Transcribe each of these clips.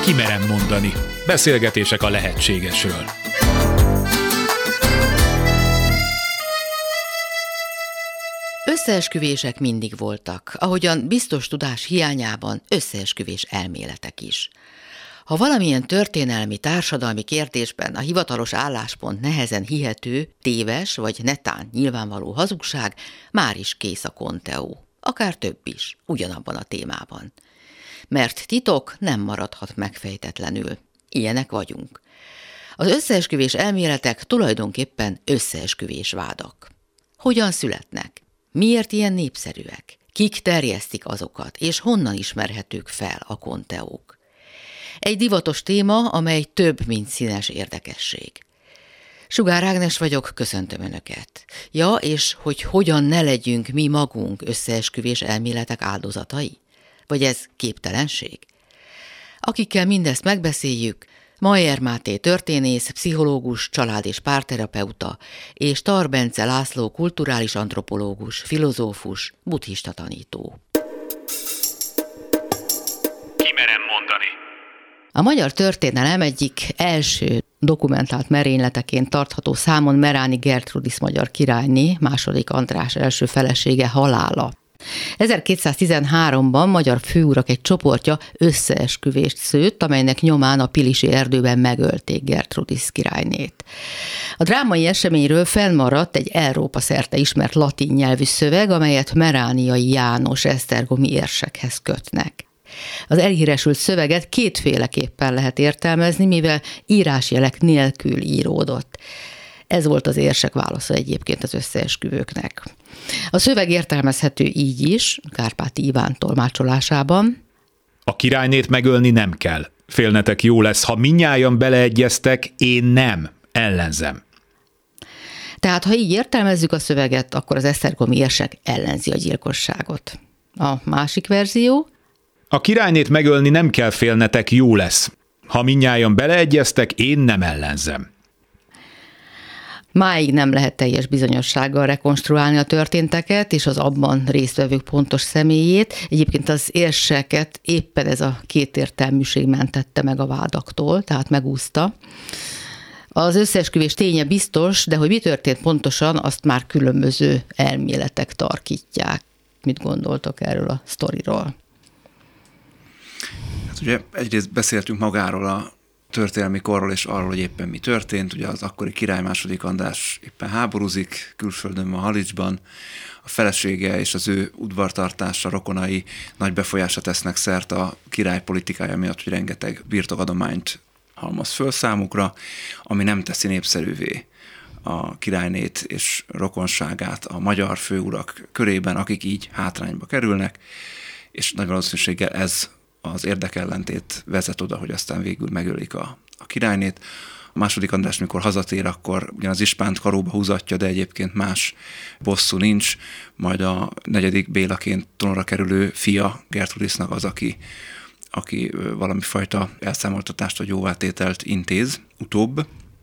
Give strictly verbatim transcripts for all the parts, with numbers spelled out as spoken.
Ki merem mondani. Beszélgetések a lehetségesről. Összeesküvések mindig voltak, ahogyan biztos tudás hiányában összeesküvés elméletek is. Ha valamilyen történelmi, társadalmi kérdésben a hivatalos álláspont nehezen hihető, téves vagy netán nyilvánvaló hazugság, már is kész a konteó. Akár több is, ugyanabban a témában. Mert titok nem maradhat megfejtetlenül. Ilyenek vagyunk. Az összeesküvés elméletek tulajdonképpen összeesküvés vádak. Hogyan születnek? Miért ilyen népszerűek? Kik terjesztik azokat, és honnan ismerhetők fel a konteók? Egy divatos téma, amely több, mint színes érdekesség. Sugár Ágnes vagyok, köszöntöm Önöket. Ja, és hogy hogyan ne legyünk mi magunk összeesküvés elméletek áldozatai? Vagy ez képtelenség? Akikkel mindezt megbeszéljük, Mayer Máté történész, pszichológus, család- és párterapeuta, és Tar Bence László kulturális antropológus, filozófus, buddhista tanító. Ki merem mondani. A magyar történelem egyik első dokumentált merényleteként tartható számon Meráni Gertrudis magyar királyné, második András első felesége halála. ezerkétszáztizenháromban magyar főurak egy csoportja összeesküvést szőtt, amelynek nyomán a pilisi erdőben megölték Gertrudis királynét. A drámai eseményről fennmaradt egy Európa szerte ismert latin nyelvű szöveg, amelyet Merániai János esztergomi érsekhez kötnek. Az elhíresült szöveget kétféleképpen lehet értelmezni, mivel írásjelek nélkül íródott. Ez volt az érsek válasza egyébként az összeesküvőknek. A szöveg értelmezhető így is, Kárpáti Iván tolmácsolásában. A királynét megölni nem kell. Félnetek jó lesz, ha mindnyájan beleegyeztek, én nem, ellenzem. Tehát, ha így értelmezzük a szöveget, akkor az esztergomi érsek ellenzi a gyilkosságot. A másik verzió. A királynét megölni nem kell, félnetek jó lesz. Ha mindnyájan beleegyeztek, én nem ellenzem. Máig nem lehet teljes bizonyossággal rekonstruálni a történteket, és az abban résztvevők pontos személyét. Egyébként az érseket éppen ez a kétértelműség mentette meg a vádaktól, tehát megúszta. Az összeesküvés ténye biztos, de hogy mi történt pontosan, azt már különböző elméletek tarkítják. Mit gondoltok erről a sztoriról? Hát ugye egyrészt beszéltünk magáról a történelmi korról és arról, hogy éppen mi történt. Ugye az akkori király második András éppen háborúzik, külföldön van Halicsban, a felesége és az ő udvartartása, rokonai nagy befolyásra tesznek szert a király politikája miatt, hogy rengeteg birtokadományt halmoz föl számukra, ami nem teszi népszerűvé a királynét és rokonságát a magyar főurak körében, akik így hátrányba kerülnek, és nagy valószínűséggel ez az érdekellentét vezet oda, hogy aztán végül megölik a, a királynét. A második András, mikor hazatér, akkor ugyan az ispánt karóba húzatja, de egyébként más bosszú nincs. Majd a negyedik Bélaként trónra kerülő fia Gertrudisnak az, aki, aki valami fajta elszámoltatást vagy jóvátételt intéz utóbb.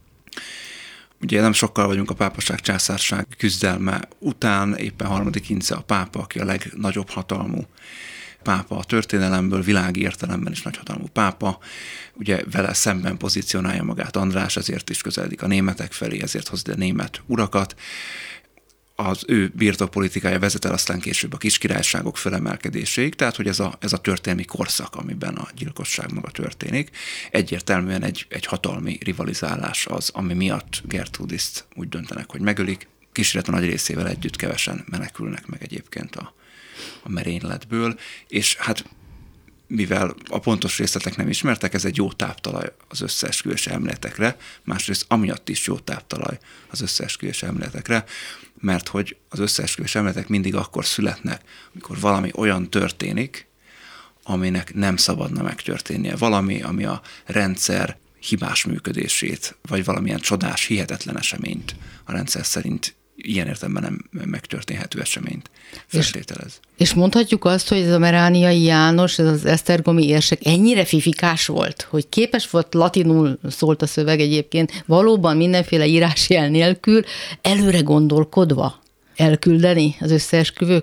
Ugye nem sokkal vagyunk a pápaság császárság küzdelme után, éppen harmadik Ince a pápa, aki a legnagyobb hatalmú pápa a történelemből, világi értelemben is nagyhatalmú pápa, ugye vele szemben pozícionálja magát András, ezért is közeledik a németek felé, ezért hoz ide német urakat. Az ő birtokpolitikája vezet el aztán később a kiskirályságok fölemelkedéséig, tehát hogy ez a, ez a történelmi korszak, amiben a gyilkosság maga történik, egyértelműen egy, egy hatalmi rivalizálás az, ami miatt Gertrudist úgy döntenek, hogy megölik. Kísérlet a nagy részével együtt kevesen menekülnek meg egyébként a a merényletből, és hát mivel a pontos részletek nem ismertek, ez egy jó táptalaj az összeesküvés elméletekre, másrészt amiatt is jó táptalaj az összeesküvés elméletekre, mert hogy az összeesküvés elméletek mindig akkor születnek, amikor valami olyan történik, aminek nem szabadna megtörténnie. Valami, ami a rendszer hibás működését, vagy valamilyen csodás, hihetetlen eseményt a rendszer szerint ilyen értelemben nem megtörténhető eseményt feltételez. És, és mondhatjuk azt, hogy ez a Merániai János, ez az esztergomi érsek ennyire fifikás volt, hogy képes volt, latinul szólt a szöveg egyébként, valóban mindenféle írásjel nélkül előre gondolkodva elküldeni az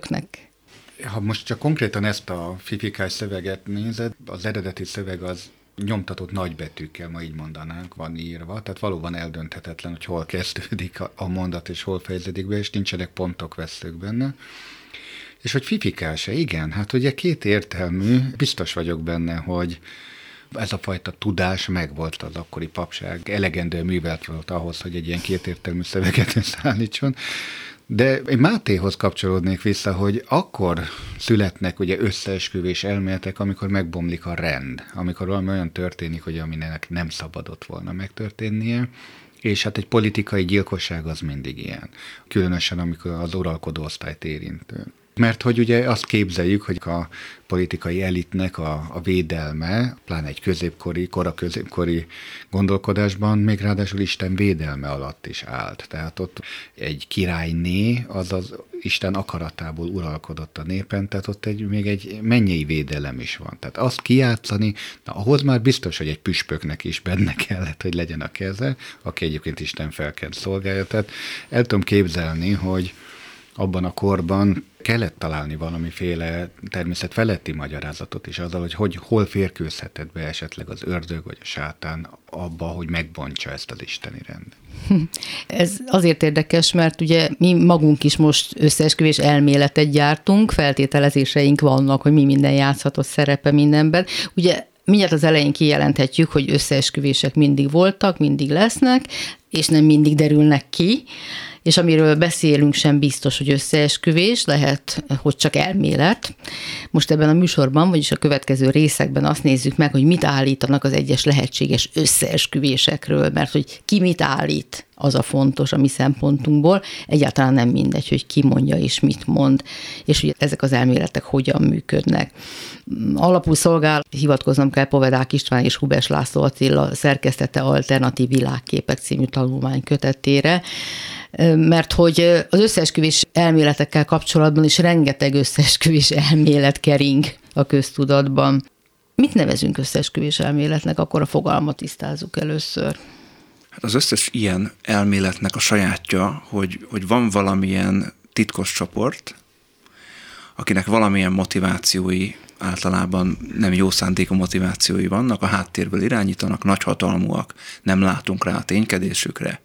összeesküvőknek? Ha most csak konkrétan ezt a fifikás szöveget nézed, az eredeti szöveg az nyomtatott nagybetűkkel, ma így mondanánk, van írva, tehát valóban eldönthetetlen, hogy hol kezdődik a mondat és hol fejeződik be, és nincsenek pontok, veszők benne. És hogy fifikása, igen, hát ugye két értelmű, biztos vagyok benne, hogy ez a fajta tudás megvolt az akkori papság, elegendő művelt volt ahhoz, hogy egy ilyen kétértelmű szöveget összeállítson. De én Mátéhoz kapcsolódnék vissza, hogy akkor születnek ugye összeesküvés elméletek, amikor megbomlik a rend, amikor valami olyan történik, hogy aminek nem szabadott volna megtörténnie, és hát egy politikai gyilkosság az mindig ilyen, különösen amikor az uralkodó osztályt érintő. Mert hogy ugye azt képzeljük, hogy a politikai elitnek a, a védelme, pláne egy középkori, kora középkori gondolkodásban, még ráadásul Isten védelme alatt is állt. Tehát ott egy királyné, az az Isten akaratából uralkodott a népen, tehát ott egy, még egy mennyei védelem is van. Tehát azt kijátszani, na, ahhoz már biztos, hogy egy püspöknek is benne kellett, hogy legyen a keze, aki egyébként Isten felkent szolgálja. Tehát el tudom képzelni, hogy abban a korban kellett találni valamiféle természet feletti magyarázatot is azzal, hogy, hogy hol férkőzhetett be esetleg az ördög vagy a sátán abba, hogy megbontsa ezt az isteni rend. Ez azért érdekes, mert ugye mi magunk is most összeesküvés elméletet gyártunk, feltételezéseink vannak, hogy mi minden játszhatott szerepe mindenben. Ugye mindjárt az elején kijelenthetjük, hogy összeesküvések mindig voltak, mindig lesznek, és nem mindig derülnek ki, és amiről beszélünk sem biztos, hogy összeesküvés, lehet, hogy csak elmélet. Most ebben a műsorban, vagyis a következő részekben azt nézzük meg, hogy mit állítanak az egyes lehetséges összeesküvésekről, mert hogy ki mit állít, az a fontos a mi szempontunkból. Egyáltalán nem mindegy, hogy ki mondja és mit mond, és hogy ezek az elméletek hogyan működnek. Alapul szolgál, hivatkoznom kell Povedák István és Hubers László Attila szerkesztette Alternatív világképek című tanulmány kötetére, mert hogy az összeesküvés elméletekkel kapcsolatban is rengeteg összeesküvés elmélet kering a köztudatban. Mit nevezünk összeesküvés elméletnek? Akkor a fogalmat tisztázzuk először. Hát az összes ilyen elméletnek a sajátja, hogy, hogy van valamilyen titkos csoport, akinek valamilyen motivációi, általában nem jó szándékú motivációi vannak, a háttérből irányítanak, nagyhatalmúak, nem látunk rá a ténykedésükre.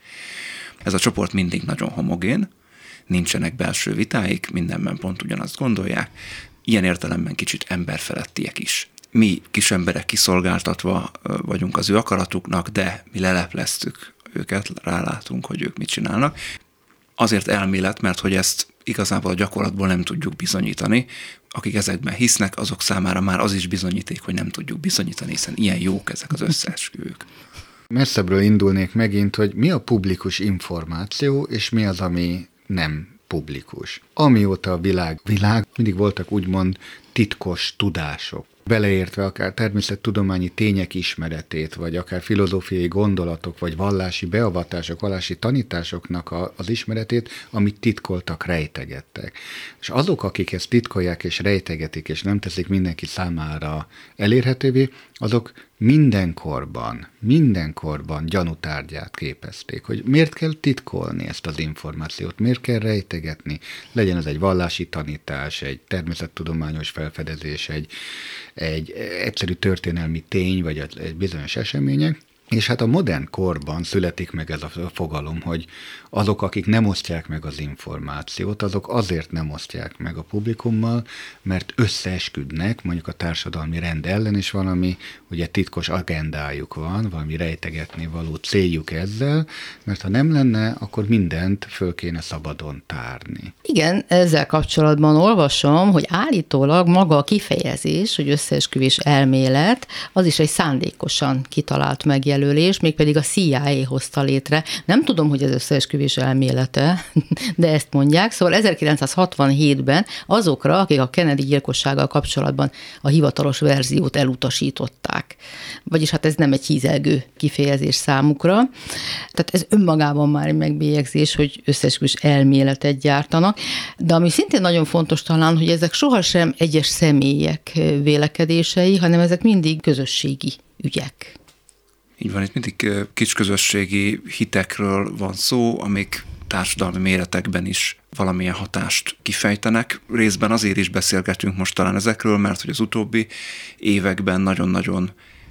Ez a csoport mindig nagyon homogén, nincsenek belső vitáik, mindenben pont ugyanazt gondolják, ilyen értelemben kicsit emberfelettiek is. Mi kis emberek kiszolgáltatva vagyunk az ő akaratuknak, de mi lelepleztük őket, rálátunk, hogy ők mit csinálnak. Azért elmélet, mert hogy ezt igazából a gyakorlatból nem tudjuk bizonyítani. Akik ezekben hisznek, azok számára már az is bizonyíték, hogy nem tudjuk bizonyítani, hiszen ilyen jók ezek az összeesküvők. Messzebbről indulnék megint, hogy mi a publikus információ, és mi az, ami nem publikus. Amióta a világ, világ mindig voltak úgymond titkos tudások, beleértve akár természettudományi tények ismeretét, vagy akár filozófiai gondolatok, vagy vallási beavatások, vallási tanításoknak a, az ismeretét, amit titkoltak, rejtegettek. És azok, akik ezt titkolják és rejtegetik, és nem teszik mindenki számára elérhetővé, azok mindenkorban, mindenkorban gyanútárgyát képezték, hogy miért kell titkolni ezt az információt, miért kell rejtegetni, legyen ez egy vallási tanítás, egy természettudományos felfedezés, egy, egy egyszerű történelmi tény, vagy egy bizonyos események. És hát a modern korban születik meg ez a fogalom, hogy azok, akik nem osztják meg az információt, azok azért nem osztják meg a publikummal, mert összeesküdnek mondjuk a társadalmi rend ellen, és valami ugye titkos agendájuk van, valami rejtegetni való céljuk ezzel, mert ha nem lenne, akkor mindent föl kéne szabadon tárni. Igen, ezzel kapcsolatban olvasom, hogy állítólag maga a kifejezés, hogy összeesküvés elmélet, az is egy szándékosan kitalált megjelölés, mégpedig a C I A hozta létre. Nem tudom, hogy az összeesküvés elmélete, de ezt mondják. Szóval ezerkilencszázhatvanhétben azokra, akik a Kennedy gyilkossággal kapcsolatban a hivatalos verziót elutasították. Vagyis hát ez nem egy hízelgő kifejezés számukra. Tehát ez önmagában már egy megbélyegzés, hogy összeesküvés elméletet gyártanak. De ami szintén nagyon fontos talán, hogy ezek sohasem egyes személyek vélekedései, hanem ezek mindig közösségi ügyek. Így van, itt mindig kisközösségi hitekről van szó, amik társadalmi méretekben is valamilyen hatást kifejtenek. Részben azért is beszélgetünk most talán ezekről, mert hogy az utóbbi években nagyon-nagyon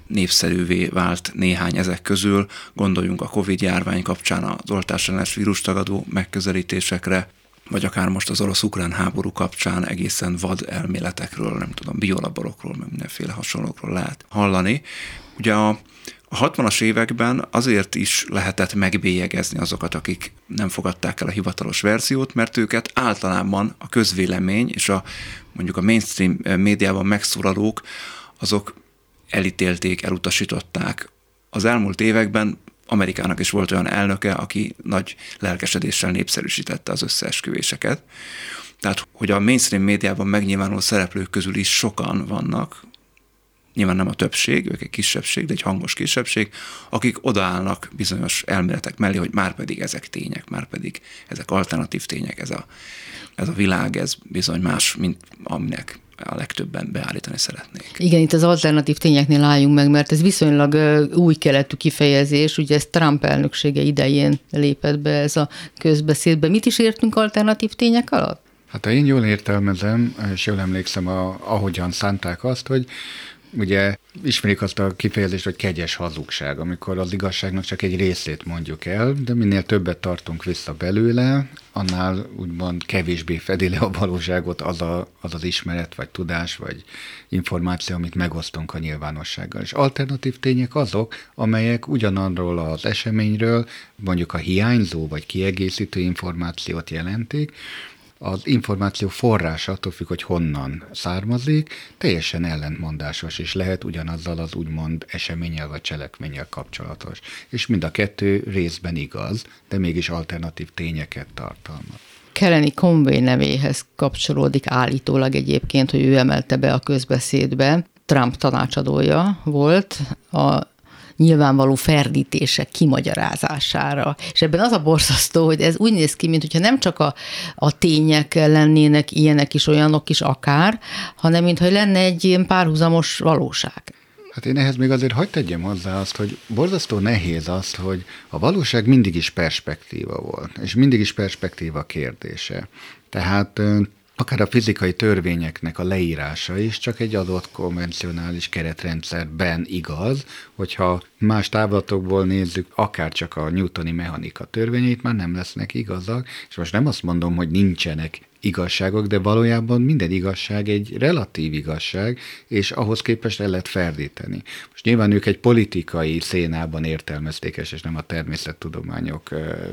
népszerűvé vált néhány ezek közül. Gondoljunk a Covid-járvány kapcsán az oltásellenes vírustagadó megközelítésekre, vagy akár most az orosz-ukrán háború kapcsán egészen vad elméletekről, nem tudom, biolaborokról, meg mindenféle hasonlókról lehet hallani. Ugye a A hatvanas években azért is lehetett megbélyegezni azokat, akik nem fogadták el a hivatalos verziót, mert őket általában a közvélemény és a mondjuk a mainstream médiában megszólalók, azok elítélték, elutasították. Az elmúlt években Amerikának is volt olyan elnöke, aki nagy lelkesedéssel népszerűsítette az összeesküvéseket. Tehát, hogy a mainstream médiában megnyilvánuló szereplők közül is sokan vannak, nyilván nem a többség, ők egy kisebbség, de egy hangos kisebbség, akik odaállnak bizonyos elméletek mellé, hogy már pedig ezek tények, már pedig ezek alternatív tények, ez a, ez a világ, ez bizony más, mint aminek a legtöbben beállítani szeretnék. Igen, itt az alternatív tényeknél álljunk meg, mert ez viszonylag új keletű kifejezés, ugye ez Trump elnöksége idején lépett be ez a közbeszédbe. Mit is értünk alternatív tények alatt? Hát ha én jól értelmezem, és jól emlékszem, a, ahogyan szánták azt, hogy ugye ismerik azt a kifejezést, hogy kegyes hazugság, amikor az igazságnak csak egy részét mondjuk el, de minél többet tartunk vissza belőle, annál úgymond kevésbé fedi le a valóságot az, a, az az ismeret, vagy tudás, vagy információ, amit megosztunk a nyilvánossággal. És alternatív tények azok, amelyek ugyanarról az eseményről, mondjuk a hiányzó, vagy kiegészítő információt jelentik, az információ forrása, attól függ, hogy honnan származik, teljesen ellentmondásos, és lehet ugyanazzal az úgymond eseménnyel vagy cselekménnyel kapcsolatos. És mind a kettő részben igaz, de mégis alternatív tényeket tartalmaz. Kelleny Conway nevéhez kapcsolódik állítólag egyébként, hogy ő emelte be a közbeszédbe. Trump tanácsadója volt a nyilvánvaló ferdítések kimagyarázására. És ebben az a borzasztó, hogy ez úgy néz ki, mintha nem csak a, a tények lennének ilyenek is, olyanok is akár, hanem mintha lenne egy ilyen párhuzamos valóság. Hát én ehhez még azért hagyd tegyem hozzá azt, hogy borzasztó nehéz azt, hogy a valóság mindig is perspektíva volt, és mindig is perspektíva kérdése. Tehát akár a fizikai törvényeknek a leírása is csak egy adott konvencionális keretrendszerben igaz, hogyha más távlatokból nézzük, akár csak a newtoni mechanika törvényeit, már nem lesznek igazak, és most nem azt mondom, hogy nincsenek igazságok, de valójában minden igazság egy relatív igazság, és ahhoz képest el lehet ferdíteni. Most nyilván ők egy politikai szénában értelmezték ezt, és nem a természettudományok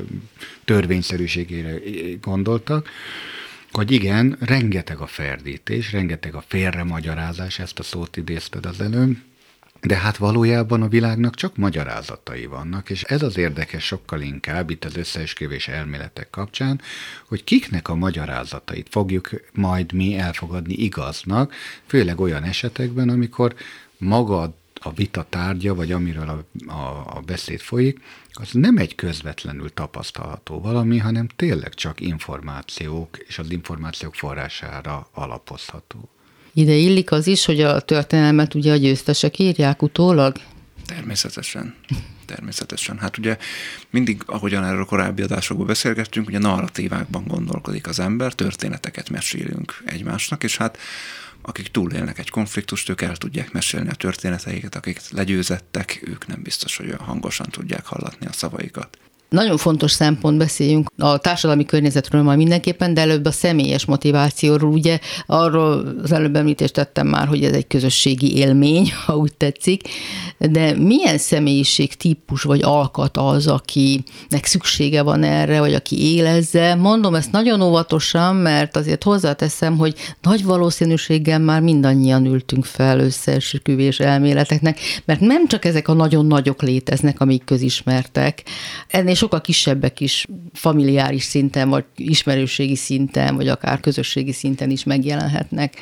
törvényszerűségére gondoltak, hogy igen, rengeteg a ferdítés, rengeteg a félremagyarázás, ezt a szót idézted az előbb, de hát valójában a világnak csak magyarázatai vannak, és ez az érdekes sokkal inkább itt az összeesküvés elméletek kapcsán, hogy kiknek a magyarázatait fogjuk majd mi elfogadni igaznak, főleg olyan esetekben, amikor maga a vita tárgya, vagy amiről a, a, a beszéd folyik, az nem egy közvetlenül tapasztalható valami, hanem tényleg csak információk és az információk forrására alapozható. Ide illik az is, hogy a történelmet ugye a győztesek írják utólag? Természetesen. Természetesen. Hát ugye mindig, ahogyan erről a korábbi adásokban beszélgettünk, ugye narratívákban gondolkodik az ember, történeteket mesélünk egymásnak, és hát akik túlélnek egy konfliktust, ők el tudják mesélni a történeteiket, akik legyőzettek, ők nem biztos, hogy olyan hangosan tudják hallatni a szavaikat. Nagyon fontos szempont, beszéljünk a társadalmi környezetről majd mindenképpen, de előbb a személyes motivációról. Ugye arról az előbb említést tettem már, hogy ez egy közösségi élmény, ha úgy tetszik, de milyen személyiségtípus vagy alkat az, akinek szüksége van erre, vagy aki él ezzel? Mondom ezt nagyon óvatosan, mert azért hozzáteszem, hogy nagy valószínűséggel már mindannyian ültünk fel összeesküvés elméleteknek, mert nem csak ezek a nagyon nagyok léteznek, amik közismertek, ennél sokkal kisebbek is familiáris szinten, vagy ismerőségi szinten, vagy akár közösségi szinten is megjelenhetnek.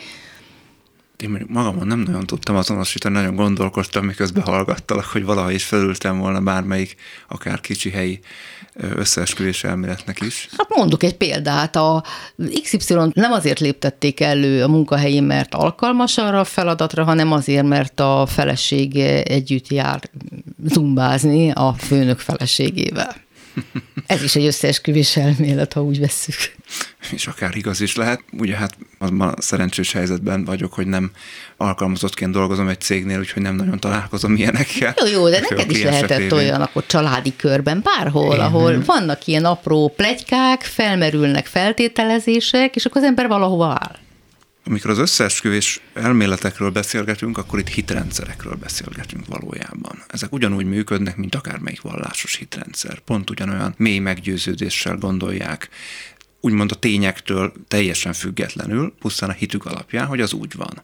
Én magamon nem nagyon tudtam azonosítani, nagyon gondolkodtam, miközben hallgattalak, hogy valaha is felültem volna bármelyik, akár kicsi helyi összeesküvés elméletnek is. Hát mondok egy példát, a iksz ipszilont nem azért léptették elő a munkahelyén, mert alkalmas arra a feladatra, hanem azért, mert a feleség együtt jár zumbázni a főnök feleségével. Ez is egy összeesküvés elmélet, ha úgy vesszük. És akár igaz is lehet. Ugye hát ma szerencsés helyzetben vagyok, hogy nem alkalmazottként dolgozom egy cégnél, úgyhogy nem nagyon találkozom ilyenekkel. Jó, jó, de neked is lehetett révén. Olyan akkor családi körben, bárhol, Én ahol nem. vannak ilyen apró pletykák, felmerülnek feltételezések, és akkor az ember valahova áll. Amikor az összeesküvés elméletekről beszélgetünk, akkor itt hitrendszerekről beszélgetünk valójában. Ezek ugyanúgy működnek, mint akármelyik vallásos hitrendszer. Pont ugyanolyan mély meggyőződéssel gondolják, úgymond a tényektől teljesen függetlenül, pusztán a hitük alapján, hogy az úgy van.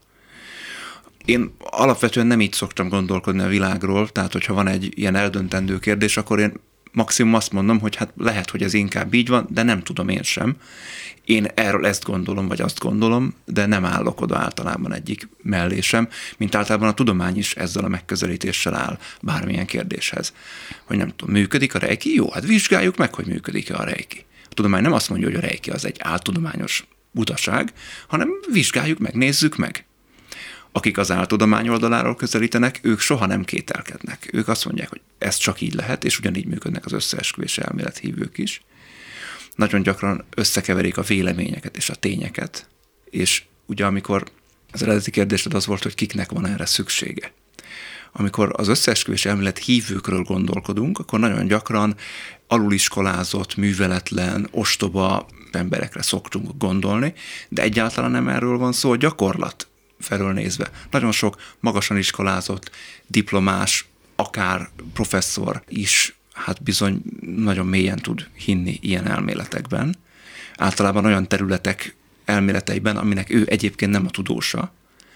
Én alapvetően nem így szoktam gondolkodni a világról, tehát hogyha van egy ilyen eldöntendő kérdés, akkor én maximum azt mondom, hogy hát lehet, hogy ez inkább így van, de nem tudom én sem. Én erről ezt gondolom, vagy azt gondolom, de nem állok oda általában egyik mellé sem, mint általában a tudomány is ezzel a megközelítéssel áll bármilyen kérdéshez. Hogy nem tudom, működik a reiki? Jó, hát vizsgáljuk meg, hogy működik-e a reiki. A tudomány nem azt mondja, hogy a reiki az egy áltudományos butaság, hanem vizsgáljuk meg, nézzük meg. Akik az áltudomány oldaláról közelítenek, ők soha nem kételkednek. Ők azt mondják, hogy ez csak így lehet, és ugyanígy működnek az összeesküvés elmélet hívők is. Nagyon gyakran összekeverik a véleményeket és a tényeket, és ugye amikor az eredeti kérdésed az volt, hogy kiknek van erre szüksége. Amikor az összeesküvés elmélet hívőkről gondolkodunk, akkor nagyon gyakran aluliskolázott, műveletlen, ostoba emberekre szoktunk gondolni, de egyáltalán nem erről van szó, a gyakorlat felől nézve. Nagyon sok magasan iskolázott, diplomás, akár professzor is hát bizony nagyon mélyen tud hinni ilyen elméletekben. Általában olyan területek elméleteiben, aminek ő egyébként nem a tudósa,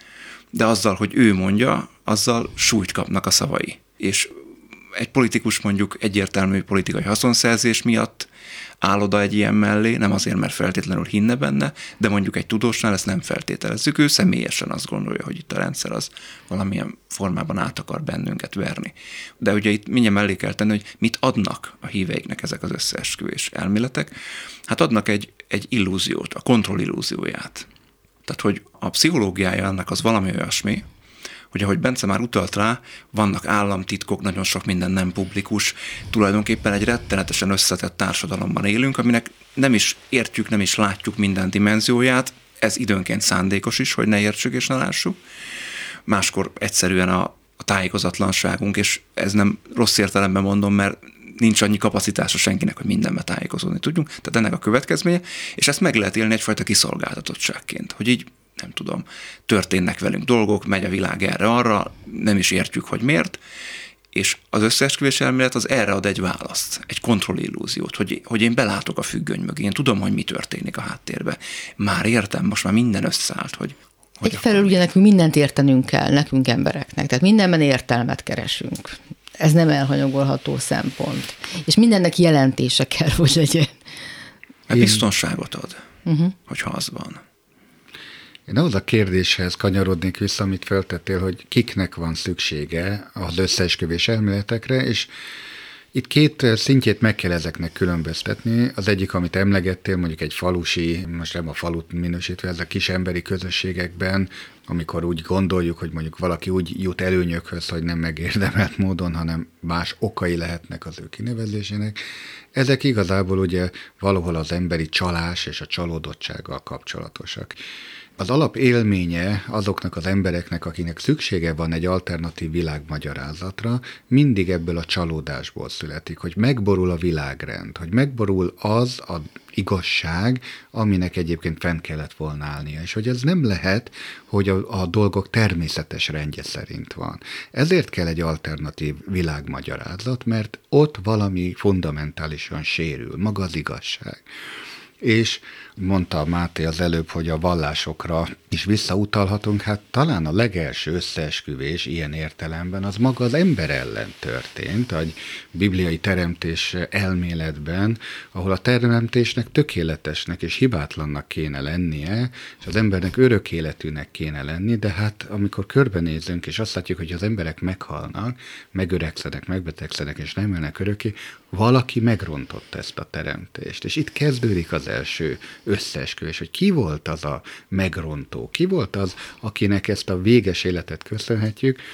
de azzal, hogy ő mondja, azzal súlyt kapnak a szavai. És egy politikus mondjuk egyértelmű politikai haszonszerzés miatt áll oda egy ilyen mellé, nem azért, mert feltétlenül hinne benne, de mondjuk egy tudósnál ezt nem feltételezzük, ő személyesen azt gondolja, hogy itt a rendszer az valamilyen formában át akar bennünket verni. De ugye itt mindjárt mellé kell tenni, hogy mit adnak a híveiknek ezek az összeesküvés elméletek. Hát adnak egy, egy illúziót, a kontroll illúzióját. Tehát, hogy a pszichológiája ennek az valami olyasmi, hogy ahogy Bence már utalt rá, vannak államtitkok, nagyon sok minden nem publikus, tulajdonképpen egy rettenetesen összetett társadalomban élünk, aminek nem is értjük, nem is látjuk minden dimenzióját, ez időnként szándékos is, hogy ne értsük és ne lássuk. Máskor egyszerűen a, a tájékozatlanságunk, és ez nem rossz értelemben mondom, mert nincs annyi kapacitása senkinek, hogy mindenbe tájékozódni tudjunk, tehát ennek a következménye, és ezt meg lehet élni egyfajta kiszolgáltatottságként, hogy így nem tudom, történnek velünk dolgok, megy a világ erre-arra, nem is értjük, hogy miért, és az összeesküvés elmélet az erre ad egy választ, egy kontrollillúziót, hogy, hogy én belátok a függöny mögé, én tudom, hogy mi történik a háttérben. Már értem, most már minden összeállt, hogy... hogy Egyfelől ugye nekünk mindent értenünk kell, nekünk embereknek, tehát mindenben értelmet keresünk. Ez nem elhanyagolható szempont. És mindennek jelentése kell, hogy legyen. Mert biztonságot ad, uh-huh. hogyha az van. Én ahhoz a kérdéshez kanyarodnék vissza, amit feltettél, hogy kiknek van szüksége az összeesküvés elméletekre, és itt két szintjét meg kell ezeknek különböztetni. Az egyik, amit emlegettél, mondjuk egy falusi, most nem a falut minősítve, ez a kis emberi közösségekben, amikor úgy gondoljuk, hogy mondjuk valaki úgy jut előnyökhöz, hogy nem megérdemelt módon, hanem más okai lehetnek az ő kinevezésének. Ezek igazából ugye valahol az emberi csalás és a csalódottsággal kapcsolatosak. Az alapélménye azoknak az embereknek, akinek szüksége van egy alternatív világmagyarázatra, mindig ebből a csalódásból születik, hogy megborul a világrend, hogy megborul az a igazság, aminek egyébként fenn kellett volna állnia, és hogy ez nem lehet, hogy a, a dolgok természetes rendje szerint van. Ezért kell egy alternatív világmagyarázat, mert ott valami fundamentálisan sérül, maga az igazság. És mondta Máté az előbb, hogy a vallásokra is visszautalhatunk, hát talán a legelső összeesküvés ilyen értelemben az maga az ember ellen történt, egy bibliai teremtés elméletben, ahol a teremtésnek tökéletesnek és hibátlannak kéne lennie, és az embernek örök életűnek kéne lenni, de hát amikor körbenézünk, és azt látjuk, hogy az emberek meghalnak, megöregszenek, megbetegszenek, és nem élnek örökké, valaki megrontott ezt a teremtést. És itt kezdődik az első összeesküvés, hogy ki volt az a megrontó, ki volt az, akinek ezt a véges életet köszönhetjük,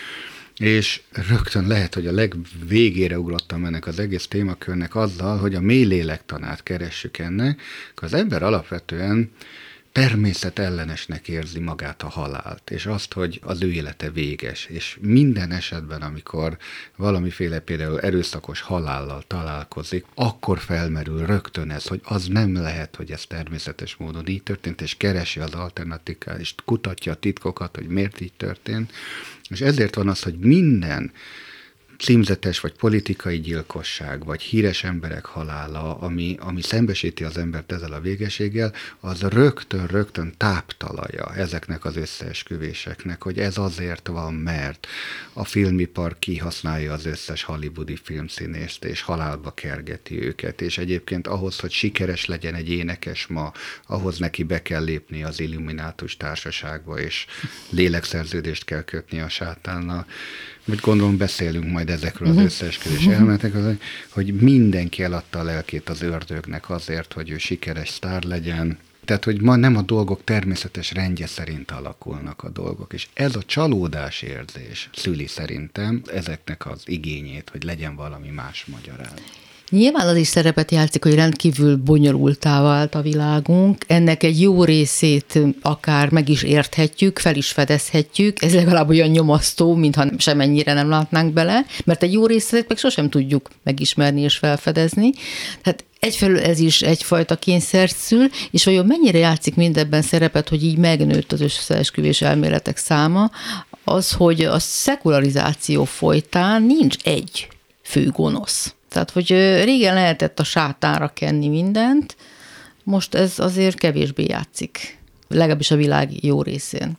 és rögtön lehet, hogy a legvégére ugrottam ennek az egész témakörnek azzal, hogy a mély lélektanát keressük ennek, az ember alapvetően természetellenesnek érzi magát a halált, és azt, hogy az ő élete véges, és minden esetben, amikor valamiféle például erőszakos halállal találkozik, akkor felmerül rögtön ez, hogy az nem lehet, hogy ez természetes módon így történt, és keresi az alternatívát, és kutatja a titkokat, hogy miért így történt, és ezért van az, hogy minden címzetes vagy politikai gyilkosság, vagy híres emberek halála, ami, ami szembesíti az embert ezzel a végeséggel, az rögtön-rögtön táptalaja ezeknek az összeesküvéseknek, hogy ez azért van, mert a filmipar kihasználja az összes hollywoodi filmszínészt, és halálba kergeti őket, és egyébként ahhoz, hogy sikeres legyen egy énekes ma, ahhoz neki be kell lépni az illuminátus társaságba, és lélekszerződést kell kötni a sátánnal. Vagy gondolom beszélünk majd ezekről az összeesküvés elméletekről, hogy mindenki eladta a lelkét az ördögnek azért, hogy ő sikeres sztár legyen. Tehát, hogy ma nem a dolgok természetes rendje szerint alakulnak a dolgok, és ez a csalódás érzés szüli szerintem ezeknek az igényét, hogy legyen valami más magyarázat. Nyilván az is szerepet játszik, hogy rendkívül bonyolultá vált a világunk. Ennek egy jó részét akár meg is érthetjük, fel is fedezhetjük. Ez legalább olyan nyomasztó, mintha semennyire nem látnánk bele, mert egy jó részét meg sosem tudjuk megismerni és felfedezni. Tehát egyfelől ez is egyfajta kényszert szül, és vajon mennyire játszik mindebben szerepet, hogy így megnőtt az összeesküvés elméletek száma, az, hogy a szekularizáció folytán nincs egy fő gonosz. Tehát, hogy régen lehetett a sátánra kenni mindent, most ez azért kevésbé játszik, legalábbis a világ jó részén.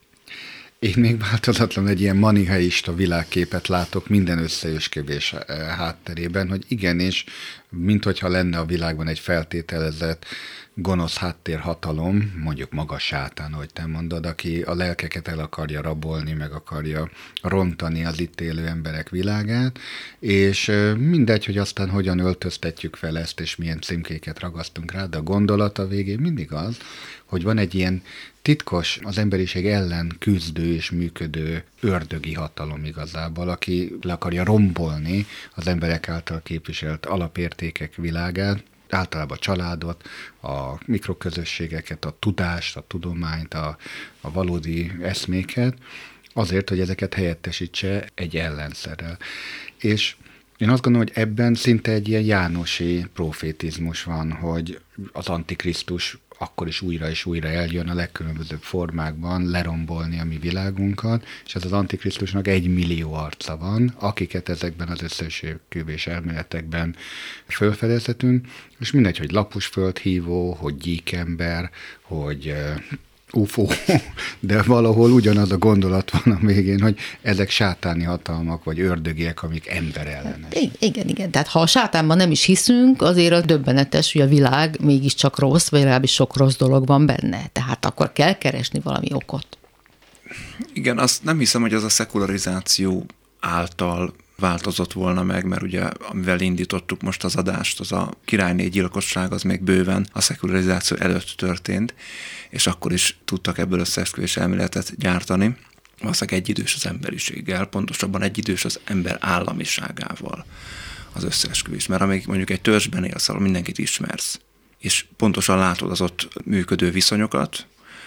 Én még változatlan egy ilyen manichaista világképet látok minden összeesküvés hátterében, hogy igenis, minthogyha lenne a világban egy feltételezett gonosz háttérhatalom, mondjuk maga sátán, ahogy te mondod, aki a lelkeket el akarja rabolni, meg akarja rontani az itt élő emberek világát, és mindegy, hogy aztán hogyan öltöztetjük fel ezt, és milyen címkéket ragasztunk rá, de a gondolat a végén mindig az, hogy van egy ilyen titkos, az emberiség ellen küzdő és működő ördögi hatalom igazából, aki le akarja rombolni az emberek által képviselt alapértékek világát, általában a családot, a mikroközösségeket, a tudást, a tudományt, a, a valódi eszméket, azért, hogy ezeket helyettesítse egy ellenszerrel. És én azt gondolom, hogy ebben szinte egy ilyen jánosi profétizmus van, hogy az Antikrisztus akkor is újra és újra eljön a legkülönbözőbb formákban lerombolni a mi világunkat, és ez az Antikrisztusnak egy millió arca van, akiket ezekben az összeesküvés elméletekben felfedezhetünk, és mindegy, hogy lapusföldhívó, hogy gyíkember, hogy u f o, de valahol ugyanaz a gondolat van a végén, hogy ezek sátáni hatalmak, vagy ördögiek, amik emberellenes. Igen, igen. Tehát ha a sátánban nem is hiszünk, azért az döbbenetes, hogy a világ mégiscsak rossz, vagy legalábbis sok rossz dolog van benne. Tehát akkor kell keresni valami okot. Igen, azt nem hiszem, hogy az a szekularizáció által változott volna meg, mert ugye amivel indítottuk most az adást, az a királyné gyilkosság, az még bőven a szekularizáció előtt történt, és akkor is tudtak ebből összeesküvés elméletet gyártani. Valószínűleg egyidős az emberiséggel, pontosabban egyidős az ember államiságával az összeesküvés. Mert amíg mondjuk egy törzsben élsz, ahol mindenkit ismersz, és pontosan látod az ott működő viszonyokat,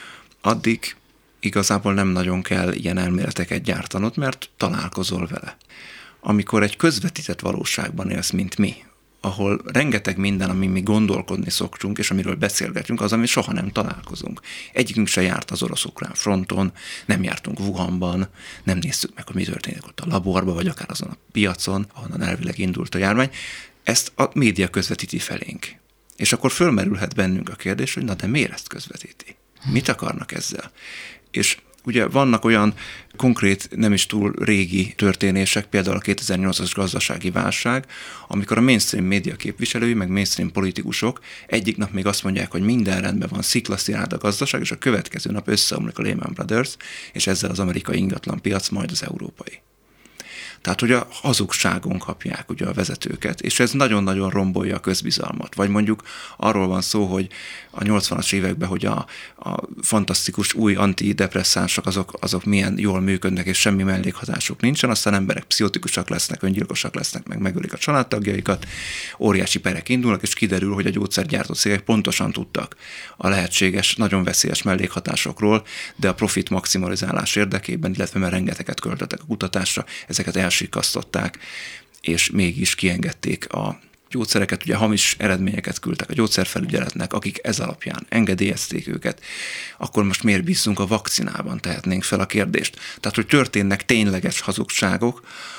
addig igazából nem nagyon kell ilyen elméleteket gyártanod, mert találkozol vele. Amikor egy közvetített valóságban élsz, mint mi, ahol rengeteg minden, ami mi gondolkodni szoktunk, és amiről beszélgetünk, az, ami soha nem találkozunk. Egyikünk se járt az orosz-ukrán fronton, nem jártunk Wuhanban, nem néztük meg, hogy mi történik ott a laborban, vagy akár azon a piacon, ahonnan elvileg indult a járvány. Ezt a média közvetíti felénk. És akkor fölmerülhet bennünk a kérdés, hogy na de miért ezt közvetíti? Mit akarnak ezzel? És ugye vannak olyan konkrét, nem is túl régi történések, például a kétezer-nyolcas gazdasági válság, amikor a mainstream média képviselői, meg mainstream politikusok egyik nap még azt mondják, hogy minden rendben van, sziklaszilárd a gazdaság, és a következő nap összeomlik a Lehman Brothers, és ezzel az amerikai ingatlanpiac, majd az európai. Tehát, hogy a hazugságon kapják ugye a vezetőket, és ez nagyon-nagyon rombolja a közbizalmat. Vagy mondjuk arról van szó, hogy a nyolcvanas években, hogy a, a fantasztikus új antidepresszánsok azok, azok milyen jól működnek, és semmi mellékhatásuk nincsen, aztán emberek pszichotikusak lesznek, öngyilkosak lesznek, meg megölik a családtagjaikat, óriási perek indulnak, és kiderül, hogy a gyógyszergyártó cégek pontosan tudtak a lehetséges, nagyon veszélyes mellékhatásokról, de a profit maximalizálás érdekében, illetve mert rengeteget költöttek a kutatásra, ezeket elsikasztották, és mégis kiengedték a gyógyszereket, ugye hamis eredményeket küldtek a gyógyszerfelügyeletnek, akik ez alapján engedélyezték őket, akkor most miért bízzunk a vakcinában, tehetnénk fel a kérdést. Tehát, hogy történnek tényleges hazugságok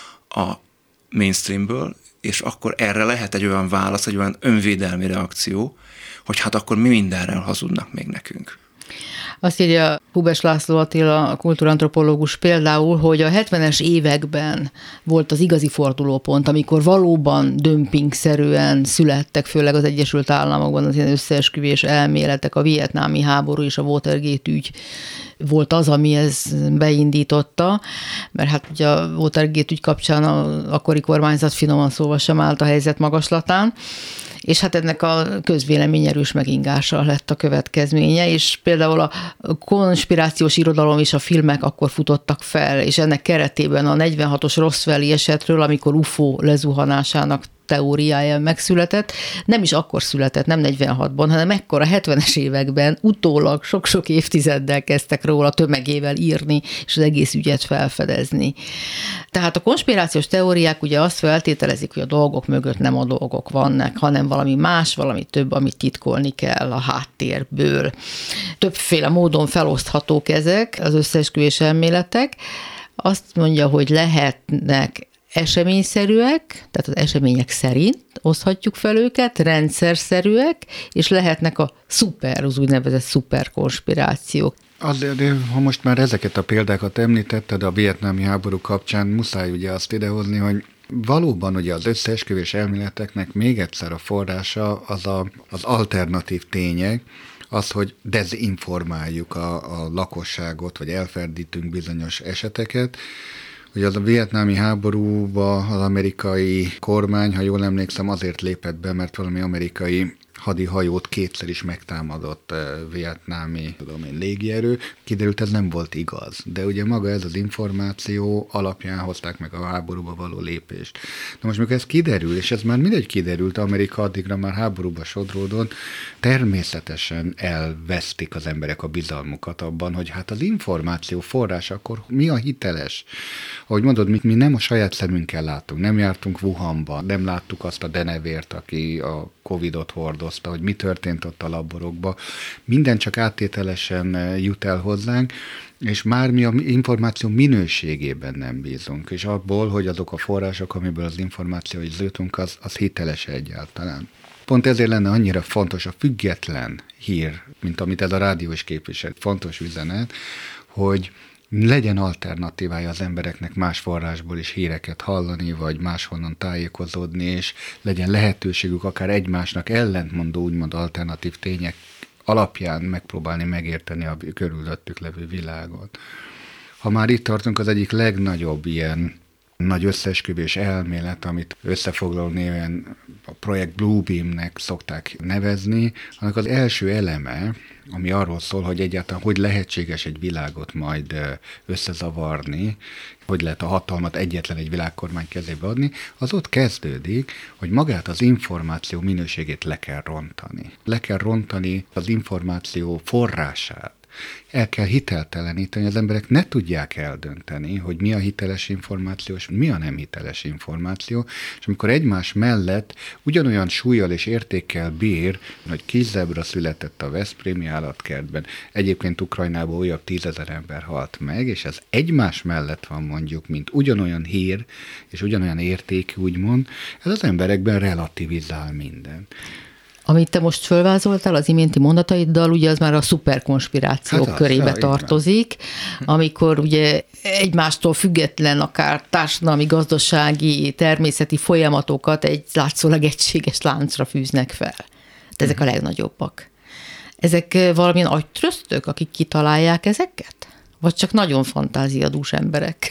a mainstreamből, és akkor erre lehet egy olyan válasz, egy olyan önvédelmi reakció, hogy hát akkor mi mindenre hazudnak még nekünk. Azt írja Hubes László Attila, a kultúrantropológus például, hogy a hetvenes években volt az igazi fordulópont, amikor valóban dömpingszerűen születtek, főleg az Egyesült Államokban az ilyen összeesküvés elméletek, a vietnámi háború és a Watergate ügy volt az, ami ezt beindította, mert hát ugye a Watergate ügy kapcsán az akkori kormányzat finoman szóval sem állt a helyzet magaslatán, és hát ennek a közvélemény erős megingása lett a következménye, és például a konspirációs irodalom és a filmek akkor futottak fel, és ennek keretében a negyvenhatos Roswelli esetről, amikor u f o lezuhanásának teóriája megszületett, nem is akkor született, nem negyvenhatban, hanem ekkor a hetvenes években utólag sok-sok évtizeddel kezdtek róla tömegével írni, és az egész ügyet felfedezni. Tehát a konspirációs teóriák ugye azt feltételezik, hogy a dolgok mögött nem a dolgok vannak, hanem valami más, valami több, amit titkolni kell a háttérből. Többféle módon feloszthatók ezek az összeesküvés elméletek. Azt mondja, hogy lehetnek eseményszerűek, tehát az események szerint oszthatjuk fel őket, rendszerszerűek, és lehetnek a szuper, az úgynevezett szuperkonspirációk. Azért, ha most már ezeket a példákat említetted a vietnámi háború kapcsán, muszáj ugye azt idehozni, hogy valóban ugye az összeesküvés elméleteknek még egyszer a forrása az a, az alternatív tények, az, hogy dezinformáljuk a, a lakosságot, vagy elferdítünk bizonyos eseteket. Ugye az a vietnámi háborúba az amerikai kormány, ha jól emlékszem, azért lépett be, mert valami amerikai hadihajót kétszer is megtámadott vietnámi, tudom én, légierő. Kiderült, ez nem volt igaz. De ugye maga ez az információ alapján hozták meg a háborúba való lépést. Na most, mikor ez kiderül, és ez már mindegy kiderült, Amerika addigra már háborúba sodródott, természetesen elvesztik az emberek a bizalmukat abban, hogy hát az információ forrás, akkor mi a hiteles? Ahogy mondod, mi, mi nem a saját szemünkkel látunk, nem jártunk Wuhanban, nem láttuk azt a denevért, aki a Covidot hordozta, hogy mi történt ott a laborokban. Minden csak áttételesen jut el hozzánk, és már mi az információ minőségében nem bízunk, és abból, hogy azok a források, amiből az információ is zőtünk, az, az hiteles egyáltalán. Pont ezért lenne annyira fontos a független hír, mint amit ez a rádió is képvisel. Fontos üzenet, hogy legyen alternatívája az embereknek más forrásból is híreket hallani, vagy máshonnan tájékozódni, és legyen lehetőségük akár egymásnak ellentmondó, úgymond alternatív tények alapján megpróbálni megérteni a körülöttük levő világot. Ha már itt tartunk, az egyik legnagyobb ilyen nagy összeesküvés elmélet, amit összefoglaló néven a projekt Bluebeamnek szokták nevezni, annak az első eleme, ami arról szól, hogy egyáltalán hogy lehetséges egy világot majd összezavarni, hogy lehet a hatalmat egyetlen egy világkormány kezébe adni, az ott kezdődik, hogy magát az információ minőségét le kell rontani. Le kell rontani az információ forrását. El kell hitelteleníteni, hogy az emberek ne tudják eldönteni, hogy mi a hiteles információ, és mi a nem hiteles információ, és amikor egymás mellett ugyanolyan súllyal és értékkel bír, hogy kis zebra született a veszprémi állatkertben, egyébként Ukrajnában újabb tízezer ember halt meg, és ez egymás mellett van mondjuk, mint ugyanolyan hír, és ugyanolyan érték, úgymond, ez az emberekben relativizál minden. Amit te most fölvázoltál az iménti mondataiddal, ugye az már a szuperkonspirációk hát körébe az, tartozik, amikor ugye egymástól független akár társadalmi, gazdasági, természeti folyamatokat egy látszólag egységes láncra fűznek fel. De ezek a legnagyobbak. Ezek valamilyen agytröztök, akik kitalálják ezeket? Vagy csak nagyon fantáziadús emberek? Hát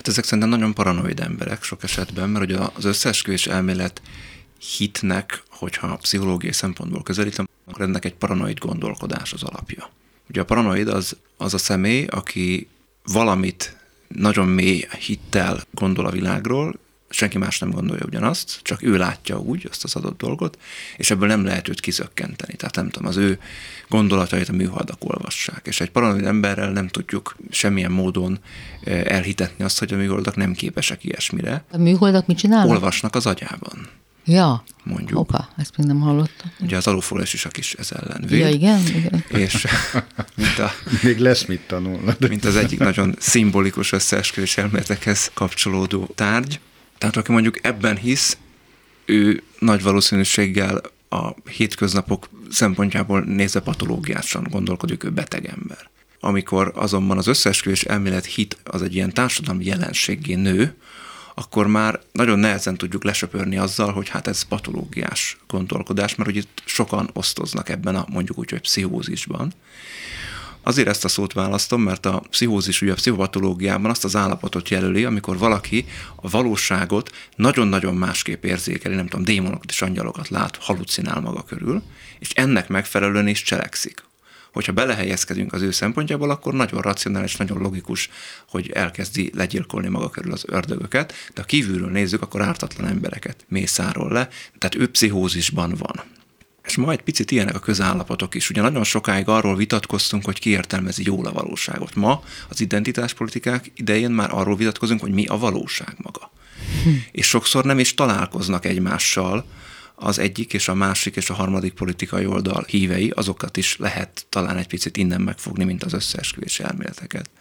ezek szerintem nagyon paranoid emberek sok esetben, mert ugye az összeesküvés elmélet hitnek, hogyha pszichológiai szempontból közelítem, akkor ennek egy paranoid gondolkodás az alapja. Ugye a paranoid az, az a személy, aki valamit nagyon mély hittel gondol a világról, senki más nem gondolja ugyanazt, csak ő látja úgy azt az adott dolgot, és ebből nem lehet őt kizökkenteni. Tehát nem tudom, az ő gondolatait a műholdak olvassák. És egy paranoid emberrel nem tudjuk semmilyen módon elhitetni azt, hogy a műholdak nem képesek ilyesmire. A műholdak mit csinálnak? Olvasnak az agyában. Ja, mondjuk. Hoppá, ezt még nem hallottam. Ugye az alulfölösisak is ez ellen véd. Ja, igen, igen. És mint a, még lesz mit tanulnod. Mint az egyik nagyon szimbolikus összeesküvés elméletekhez kapcsolódó tárgy. Tehát aki mondjuk ebben hisz, ő nagy valószínűséggel a hétköznapok szempontjából nézve patológiásan gondolkodik, ő beteg ember. Amikor azonban az összeesküvés elmélet hit az egy ilyen társadalmi jelenséggé nő, akkor már nagyon nehezen tudjuk lesöpörni azzal, hogy hát ez patológiás gondolkodás, mert hogy itt sokan osztoznak ebben a mondjuk úgy, hogy pszichózisban. Azért ezt a szót választom, mert a pszichózis, ugye a pszichopatológiában azt az állapotot jelöli, amikor valaki a valóságot nagyon-nagyon másképp érzékeli, nem tudom, démonokat és angyalokat lát, halucinál maga körül, és ennek megfelelően is cselekszik. Hogyha belehelyezkedünk az ő szempontjából, akkor nagyon racionális, nagyon logikus, hogy elkezdi legyilkolni maga körül az ördögöket, de ha kívülről nézzük, akkor ártatlan embereket mészárol le, tehát ő pszichózisban van. És ma egy picit ilyenek a közállapotok is. Ugye nagyon sokáig arról vitatkoztunk, hogy ki értelmezi jól a valóságot. Ma az identitáspolitikák idején már arról vitatkozunk, hogy mi a valóság maga. Hm. És sokszor nem is találkoznak egymással az egyik és a másik és a harmadik politikai oldal hívei, azokat is lehet talán egy picit innen megfogni, mint az összeesküvés elméleteket.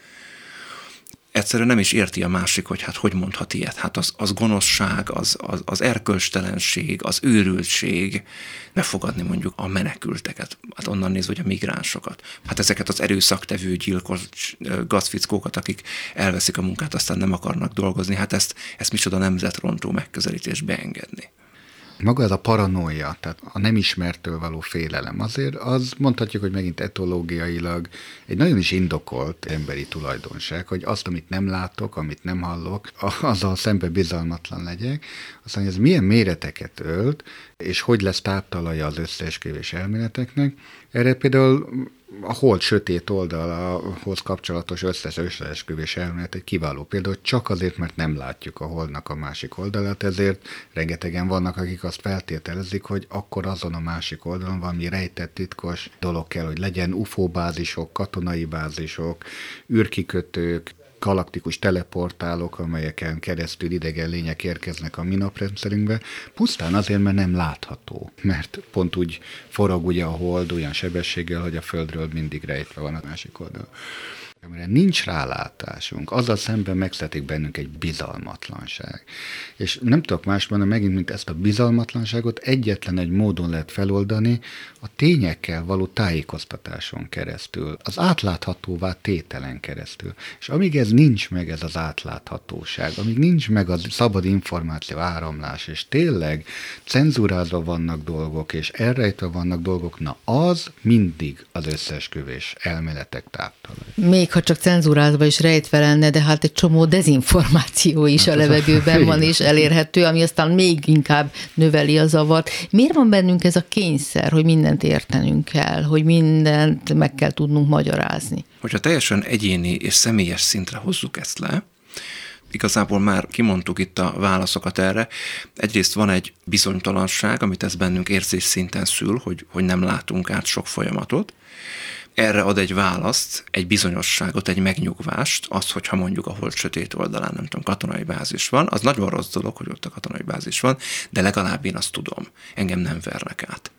Egyszerűen nem is érti a másik, hogy hát hogy mondhat ilyet. Hát az, az gonoszság, az, az, az erkölcstelenség, az őrültség, ne fogadni mondjuk a menekülteket, hát onnan nézve, hogy a migránsokat. Hát ezeket az erőszaktevő gyilkos gazfickókat, akik elveszik a munkát, aztán nem akarnak dolgozni, hát ezt, ezt micsoda nemzetrontó megközelítés beengedni. Maga ez a paranoia, tehát a nem ismertől való félelem, azért az mondhatjuk, hogy megint etológiailag egy nagyon is indokolt emberi tulajdonság, hogy azt, amit nem látok, amit nem hallok, azzal szemben bizalmatlan legyek. Aztán, hogy ez milyen méreteket ölt, és hogy lesz táptalaja az összeesküvés elméleteknek, erre például a hold sötét oldalahoz kapcsolatos összes összeesküvés elmélet egy kiváló példa, hogy csak azért, mert nem látjuk a holdnak a másik oldalát, ezért rengetegen vannak, akik azt feltételezik, hogy akkor azon a másik oldalon valami rejtett titkos dolog kell, hogy legyen u f o bázisok, katonai bázisok, űrkikötők, galaktikus teleportálok, amelyeken keresztül idegen lények érkeznek a mi naprendszerünkbe, pusztán azért, mert nem látható. Mert pont úgy forog ugye a hold olyan sebességgel, hogy a Földről mindig rejtve van a másik oldal. Amire nincs rálátásunk, azzal szemben megszetik bennünk egy bizalmatlanság. És nem tudok más mondani, megint, mint ezt a bizalmatlanságot egyetlen egy módon lehet feloldani, a tényekkel való tájékoztatáson keresztül, az átláthatóvá tételen keresztül. És amíg ez nincs meg, ez az átláthatóság, amíg nincs meg a szabad információ áramlás, és tényleg cenzúrázva vannak dolgok, és elrejtve vannak dolgok, na az mindig az összeesküvés elméletek táptalaj. Még ha csak cenzúrázva is rejtve lenne, de hát egy csomó dezinformáció is hát a levegőben a... van és elérhető, ami aztán még inkább növeli a zavart. Miért van bennünk ez a kényszer, hogy mindent értenünk kell, hogy mindent meg kell tudnunk magyarázni? Hogyha teljesen egyéni és személyes szintre hozzuk ezt le, igazából már kimondtuk itt a válaszokat erre. Egyrészt van egy bizonytalanság, amit ez bennünk érzés szinten szül, hogy, hogy nem látunk át sok folyamatot. Erre ad egy választ, egy bizonyosságot, egy megnyugvást, azt, hogyha mondjuk a hold sötét oldalán, nem tudom, katonai bázis van, az nagyon rossz dolog, hogy ott a katonai bázis van, de legalább én azt tudom, engem nem vernek át.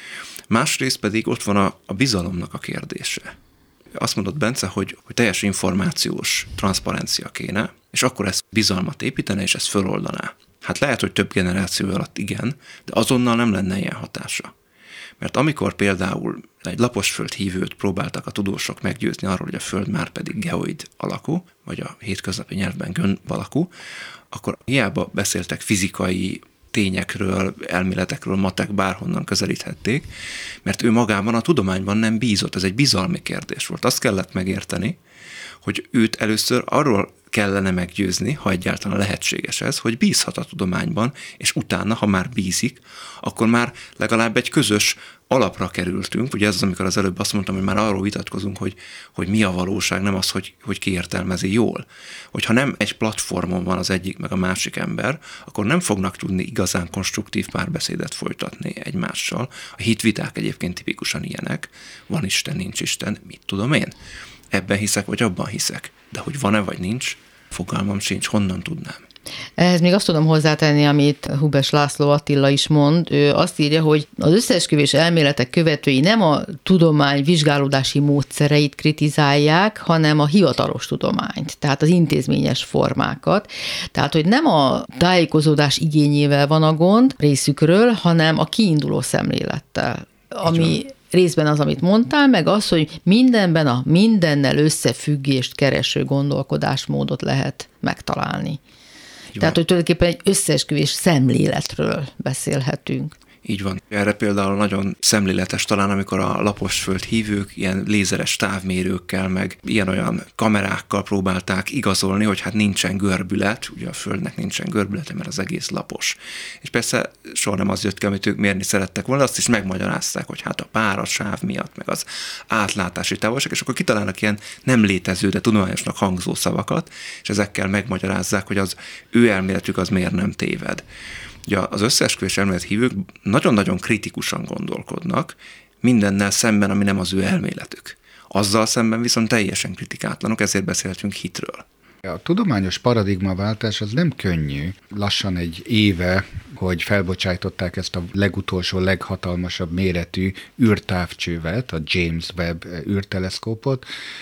Másrészt pedig ott van a, a bizalomnak a kérdése. Azt mondott Bence, hogy, hogy teljes információs transzparencia kéne, és akkor ezt bizalmat építene, és ezt föloldaná. Hát lehet, hogy több generáció alatt igen, de azonnal nem lenne ilyen hatása. Mert amikor például egy laposföld hívőt próbáltak a tudósok meggyőzni arról, hogy a Föld már pedig geoid alakú, vagy a hétköznapi nyelvben gömb alakú, akkor hiába beszéltek fizikai tényekről, elméletekről, matek bárhonnan közelíthették, mert ő magában a tudományban nem bízott, ez egy bizalmi kérdés volt. Azt kellett megérteni, hogy őt először arról kellene meggyőzni, ha egyáltalán lehetséges ez, hogy bízhat a tudományban, és utána, ha már bízik, akkor már legalább egy közös alapra kerültünk. Ugye ez az, amikor az előbb azt mondtam, hogy már arról vitatkozunk, hogy, hogy mi a valóság, nem az, hogy, hogy ki értelmezi jól. Hogyha nem egy platformon van az egyik meg a másik ember, akkor nem fognak tudni igazán konstruktív párbeszédet folytatni egymással. A hitviták egyébként tipikusan ilyenek. Van Isten, nincs Isten, mit tudom én? Ebben hiszek, vagy abban hiszek. De hogy van-e, vagy nincs, fogalmam sincs, honnan tudnám. Ehhez még azt tudom hozzátenni, amit Hubes László Attila is mond. Ő azt írja, hogy az összeesküvés elméletek követői nem a tudomány vizsgálódási módszereit kritizálják, hanem a hivatalos tudományt, tehát az intézményes formákat. Tehát, hogy nem a tájékozódás igényével van a gond részükről, hanem a kiinduló szemlélettel, ami részben az, amit mondtál, meg az, hogy mindenben a mindennel összefüggést kereső gondolkodásmódot lehet megtalálni. Így Tehát, van. Hogy tulajdonképpen egy összeesküvés szemléletről beszélhetünk. Így van. Erre például nagyon szemléletes talán, amikor a laposföld hívők ilyen lézeres távmérőkkel, meg ilyen-olyan kamerákkal próbálták igazolni, hogy hát nincsen görbület, ugye a Földnek nincsen görbülete, mert az egész lapos. És persze soha nem az jött ki, amit ők mérni szerettek volna, azt is megmagyarázták, hogy hát a párasáv miatt, meg az átlátási távolság, és akkor kitalálnak ilyen nem létező, de tudományosnak hangzó szavakat, és ezekkel megmagyarázzák, hogy az ő elméletük az miért nem téved. Ugye az összeesküvés elmélet hívők nagyon-nagyon kritikusan gondolkodnak mindennel szemben, ami nem az ő elméletük. Azzal szemben viszont teljesen kritikátlanok, ezért beszéltünk hitről. A tudományos paradigmaváltás az nem könnyű. Lassan egy éve, hogy felbocsájtották ezt a legutolsó, leghatalmasabb méretű űrtávcsővet, a James Webb űrteleszkópot,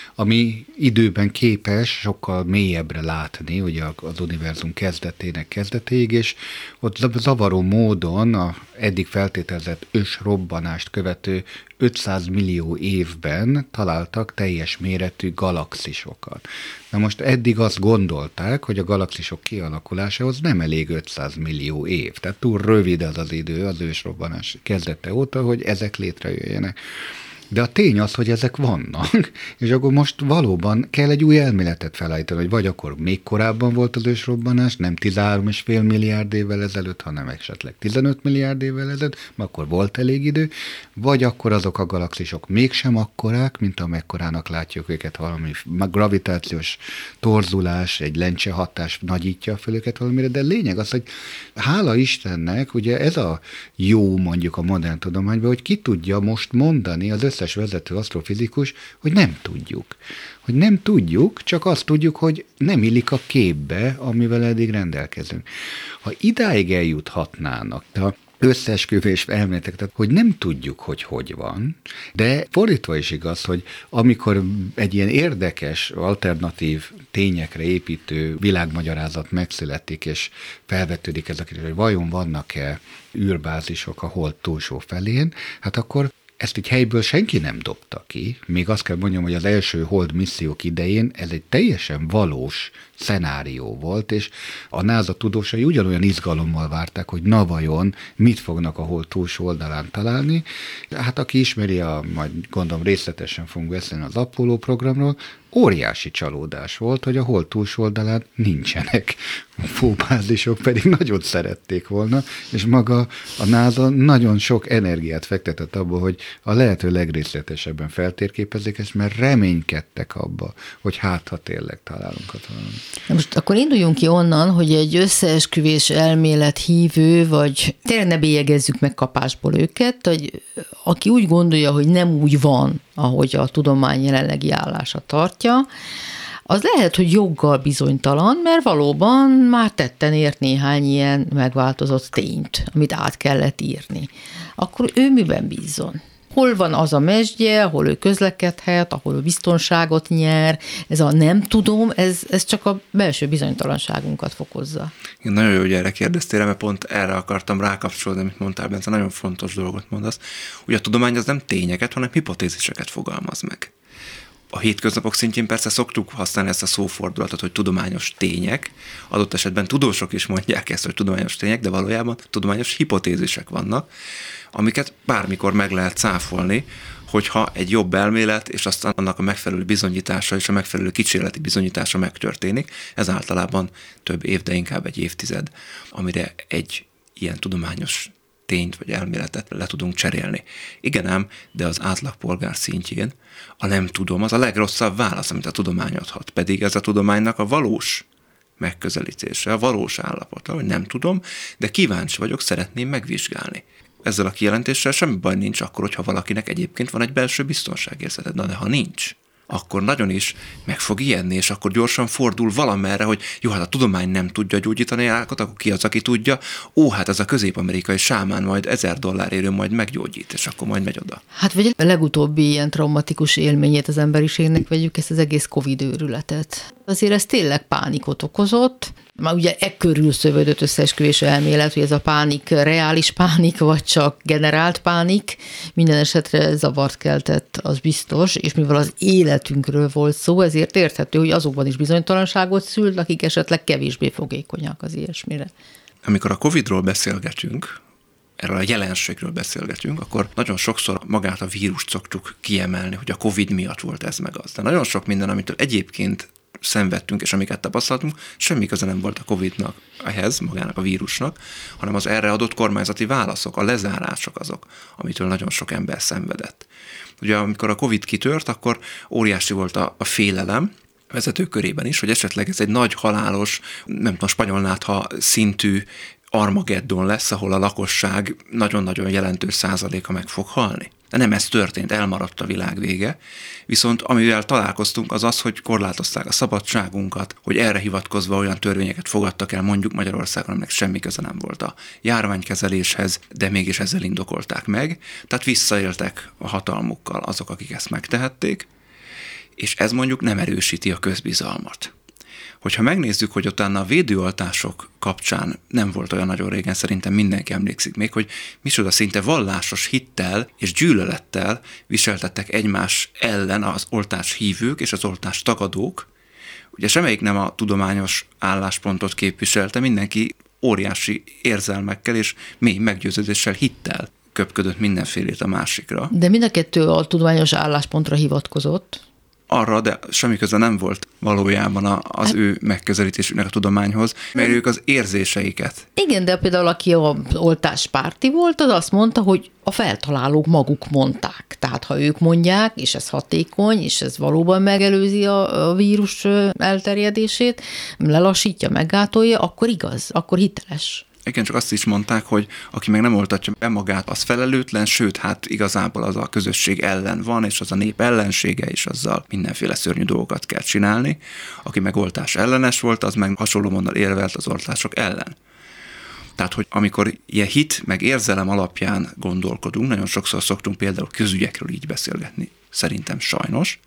ami időben képes sokkal mélyebbre látni, ugye az univerzum kezdetének kezdetéig, és ott zavaró módon a eddig feltételezett ősrobbanást követő ötszáz millió évben találtak teljes méretű galaxisokat. Na most eddig azt gondolták, hogy a galaxisok kialakulásához nem elég ötszáz millió év. Tehát túl rövid az az idő az ősrobbanás kezdete óta, hogy ezek létrejöjjenek. De a tény az, hogy ezek vannak, és akkor most valóban kell egy új elméletet felállítani, hogy vagy akkor még korábban volt az ősrobbanás, nem tizenhárom egész öt milliárd évvel ezelőtt, hanem esetleg tizenöt milliárd évvel ezelőtt, akkor volt elég idő, vagy akkor azok a galaxisok mégsem akkorák, mint amekkorának látjuk őket, valami gravitációs torzulás, egy lencse hatás nagyítja fel őket valamire, de lényeg az, hogy hála Istennek, ugye ez a jó mondjuk a modern tudományban, hogy ki tudja most mondani az összes vezető asztrofizikus, hogy nem tudjuk. Hogy nem tudjuk, csak azt tudjuk, hogy nem illik a képbe, amivel eddig rendelkezünk. Ha idáig eljuthatnának, ha összeesküvés elméletek, tehát hogy nem tudjuk, hogy hogy van, de fordítva is igaz, hogy amikor egy ilyen érdekes, alternatív tényekre építő világmagyarázat megszületik, és felvetődik ez a kérdés, hogy vajon vannak-e űrbázisok a hold túlsó felén, hát akkor ezt így helyből senki nem dobta ki, még azt kell mondjam, hogy az első hold missziók idején ez egy teljesen valós szenárió volt, és a NASA tudósai ugyanolyan izgalommal várták, hogy na vajon mit fognak a hold túlsó oldalán találni. Hát aki ismeri, a, majd gondolom részletesen fogunk beszélni az Apollo programról, óriási csalódás volt, hogy a hold túlsó oldalán nincsenek ufóbázisok, pedig nagyon szerették volna, és maga a NASA nagyon sok energiát fektetett abba, hogy a lehető legrészletesebben feltérképezzék ezt, mert reménykedtek abba, hogy hát, ha tényleg találunk a valamit. Na most akkor induljunk ki onnan, hogy egy összeesküvés elmélet hívő, vagy tényleg ne bélyegezzük meg kapásból őket, hogy aki úgy gondolja, hogy nem úgy van, ahogy a tudomány jelenlegi állása tartja, az lehet, hogy joggal bizonytalan, mert valóban már tetten ért néhány ilyen megváltozott tényt, amit át kellett írni. Akkor ő miben bízzon? Hol van az a mesdje, ahol ő közlekedhet, ahol ő biztonságot nyer, ez a nem tudom, ez, ez csak a belső bizonytalanságunkat fokozza. Én nagyon jó, hogy erre kérdeztél, mert pont erre akartam rákapcsolni, amit mondtál, Bence, nagyon fontos dolgot mondasz. Ugye a tudomány az nem tényeket, hanem hipotéziseket fogalmaz meg. A hétköznapok szintjén persze szoktuk használni ezt a szófordulatot, hogy tudományos tények. Adott esetben tudósok is mondják ezt, hogy tudományos tények, de valójában tudományos hipotézisek vannak, amiket bármikor meg lehet cáfolni, hogyha egy jobb elmélet, és aztán annak a megfelelő bizonyítása és a megfelelő kísérleti bizonyítása megtörténik. Ez általában több év, de inkább egy évtized, amire egy ilyen tudományos tényt vagy elméletet le tudunk cserélni. Igen ám, de az átlagpolgár szintjén a nem tudom az a legrosszabb válasz, amit a tudomány adhat. Pedig ez a tudománynak a valós megközelítése, a valós állapota, hogy nem tudom, de kíváncsi vagyok, szeretném megvizsgálni. Ezzel a kijelentéssel semmi baj nincs akkor, hogyha valakinek egyébként van egy belső biztonságérzete, de ha nincs, akkor nagyon is meg fog ijedni, és akkor gyorsan fordul valamerre, hogy jó, hát a tudomány nem tudja gyógyítani a rákot, akkor ki az, aki tudja? Ó, hát ez a közép-amerikai sámán majd ezer dollárért majd meggyógyít, és akkor majd megy oda. Hát vagy a legutóbbi ilyen traumatikus élményét az emberiségnek vegyük, ezt az egész Covid őrületet. Azért ez tényleg pánikot okozott. Már ugye e körül szövődött összeesküvés elmélet, hogy ez a pánik reális pánik, vagy csak generált pánik. Minden esetre zavart keltett, az biztos, és mivel az életünkről volt szó, ezért érthető, hogy azokban is bizonytalanságot szült, akik esetleg kevésbé fogékonyak az ilyesmire. Amikor a Covidról beszélgetünk, erről a jelenségről beszélgetünk, akkor nagyon sokszor magát a vírust szoktuk kiemelni, hogy a Covid miatt volt ez meg az. De nagyon sok minden, amitől egyébként szenvedtünk, és amiket tapasztaltunk, semmi köze nem volt a Covidnak ehhez, magának a vírusnak, hanem az erre adott kormányzati válaszok, a lezárások azok, amitől nagyon sok ember szenvedett. Ugye amikor a Covid kitört, akkor óriási volt a, a félelem, vezetők körében is, hogy esetleg ez egy nagy halálos, nem tudom, spanyolnátha szintű Armageddon lesz, ahol a lakosság nagyon-nagyon jelentős százaléka meg fog halni. De nem ez történt, elmaradt a világ vége, viszont amivel találkoztunk az az, hogy korlátozták a szabadságunkat, hogy erre hivatkozva olyan törvényeket fogadtak el mondjuk Magyarországon, aminek semmi köze nem volt a járványkezeléshez, de mégis ezzel indokolták meg, tehát visszaéltek a hatalmukkal azok, akik ezt megtehették, és ez mondjuk nem erősíti a közbizalmat. Hogyha megnézzük, hogy utána a védőoltások kapcsán nem volt olyan nagyon régen, szerintem mindenki emlékszik még, hogy micsoda szinte vallásos hittel és gyűlölettel viseltettek egymás ellen az oltás hívők és az oltás tagadók. Ugye semmelyik nem a tudományos álláspontot képviselte, mindenki óriási érzelmekkel és mély meggyőződéssel, hittel köpködött mindenfélét a másikra. De mind a kettő a tudományos álláspontra hivatkozott. Arra, de semmi köze nem volt valójában az hát, ő megközelítésüknek a tudományhoz, mert ők az érzéseiket. Igen, de például aki a oltáspárti volt, az azt mondta, hogy a feltalálók maguk mondták. Tehát ha ők mondják, és ez hatékony, és ez valóban megelőzi a, a vírus elterjedését, lelassítja, meggátolja, akkor igaz, akkor hiteles. Igen, csak azt is mondták, hogy aki meg nem oltatja be magát, az felelőtlen, sőt, hát igazából az a közösség ellen van, és az a nép ellensége, és azzal mindenféle szörnyű dolgokat kell csinálni. Aki meg oltás ellenes volt, az meg hasonló módon érvelt az oltások ellen. Tehát, hogy amikor ilyen hit, meg érzelem alapján gondolkodunk, nagyon sokszor szoktunk például közügyekről így beszélgetni, szerintem sajnos,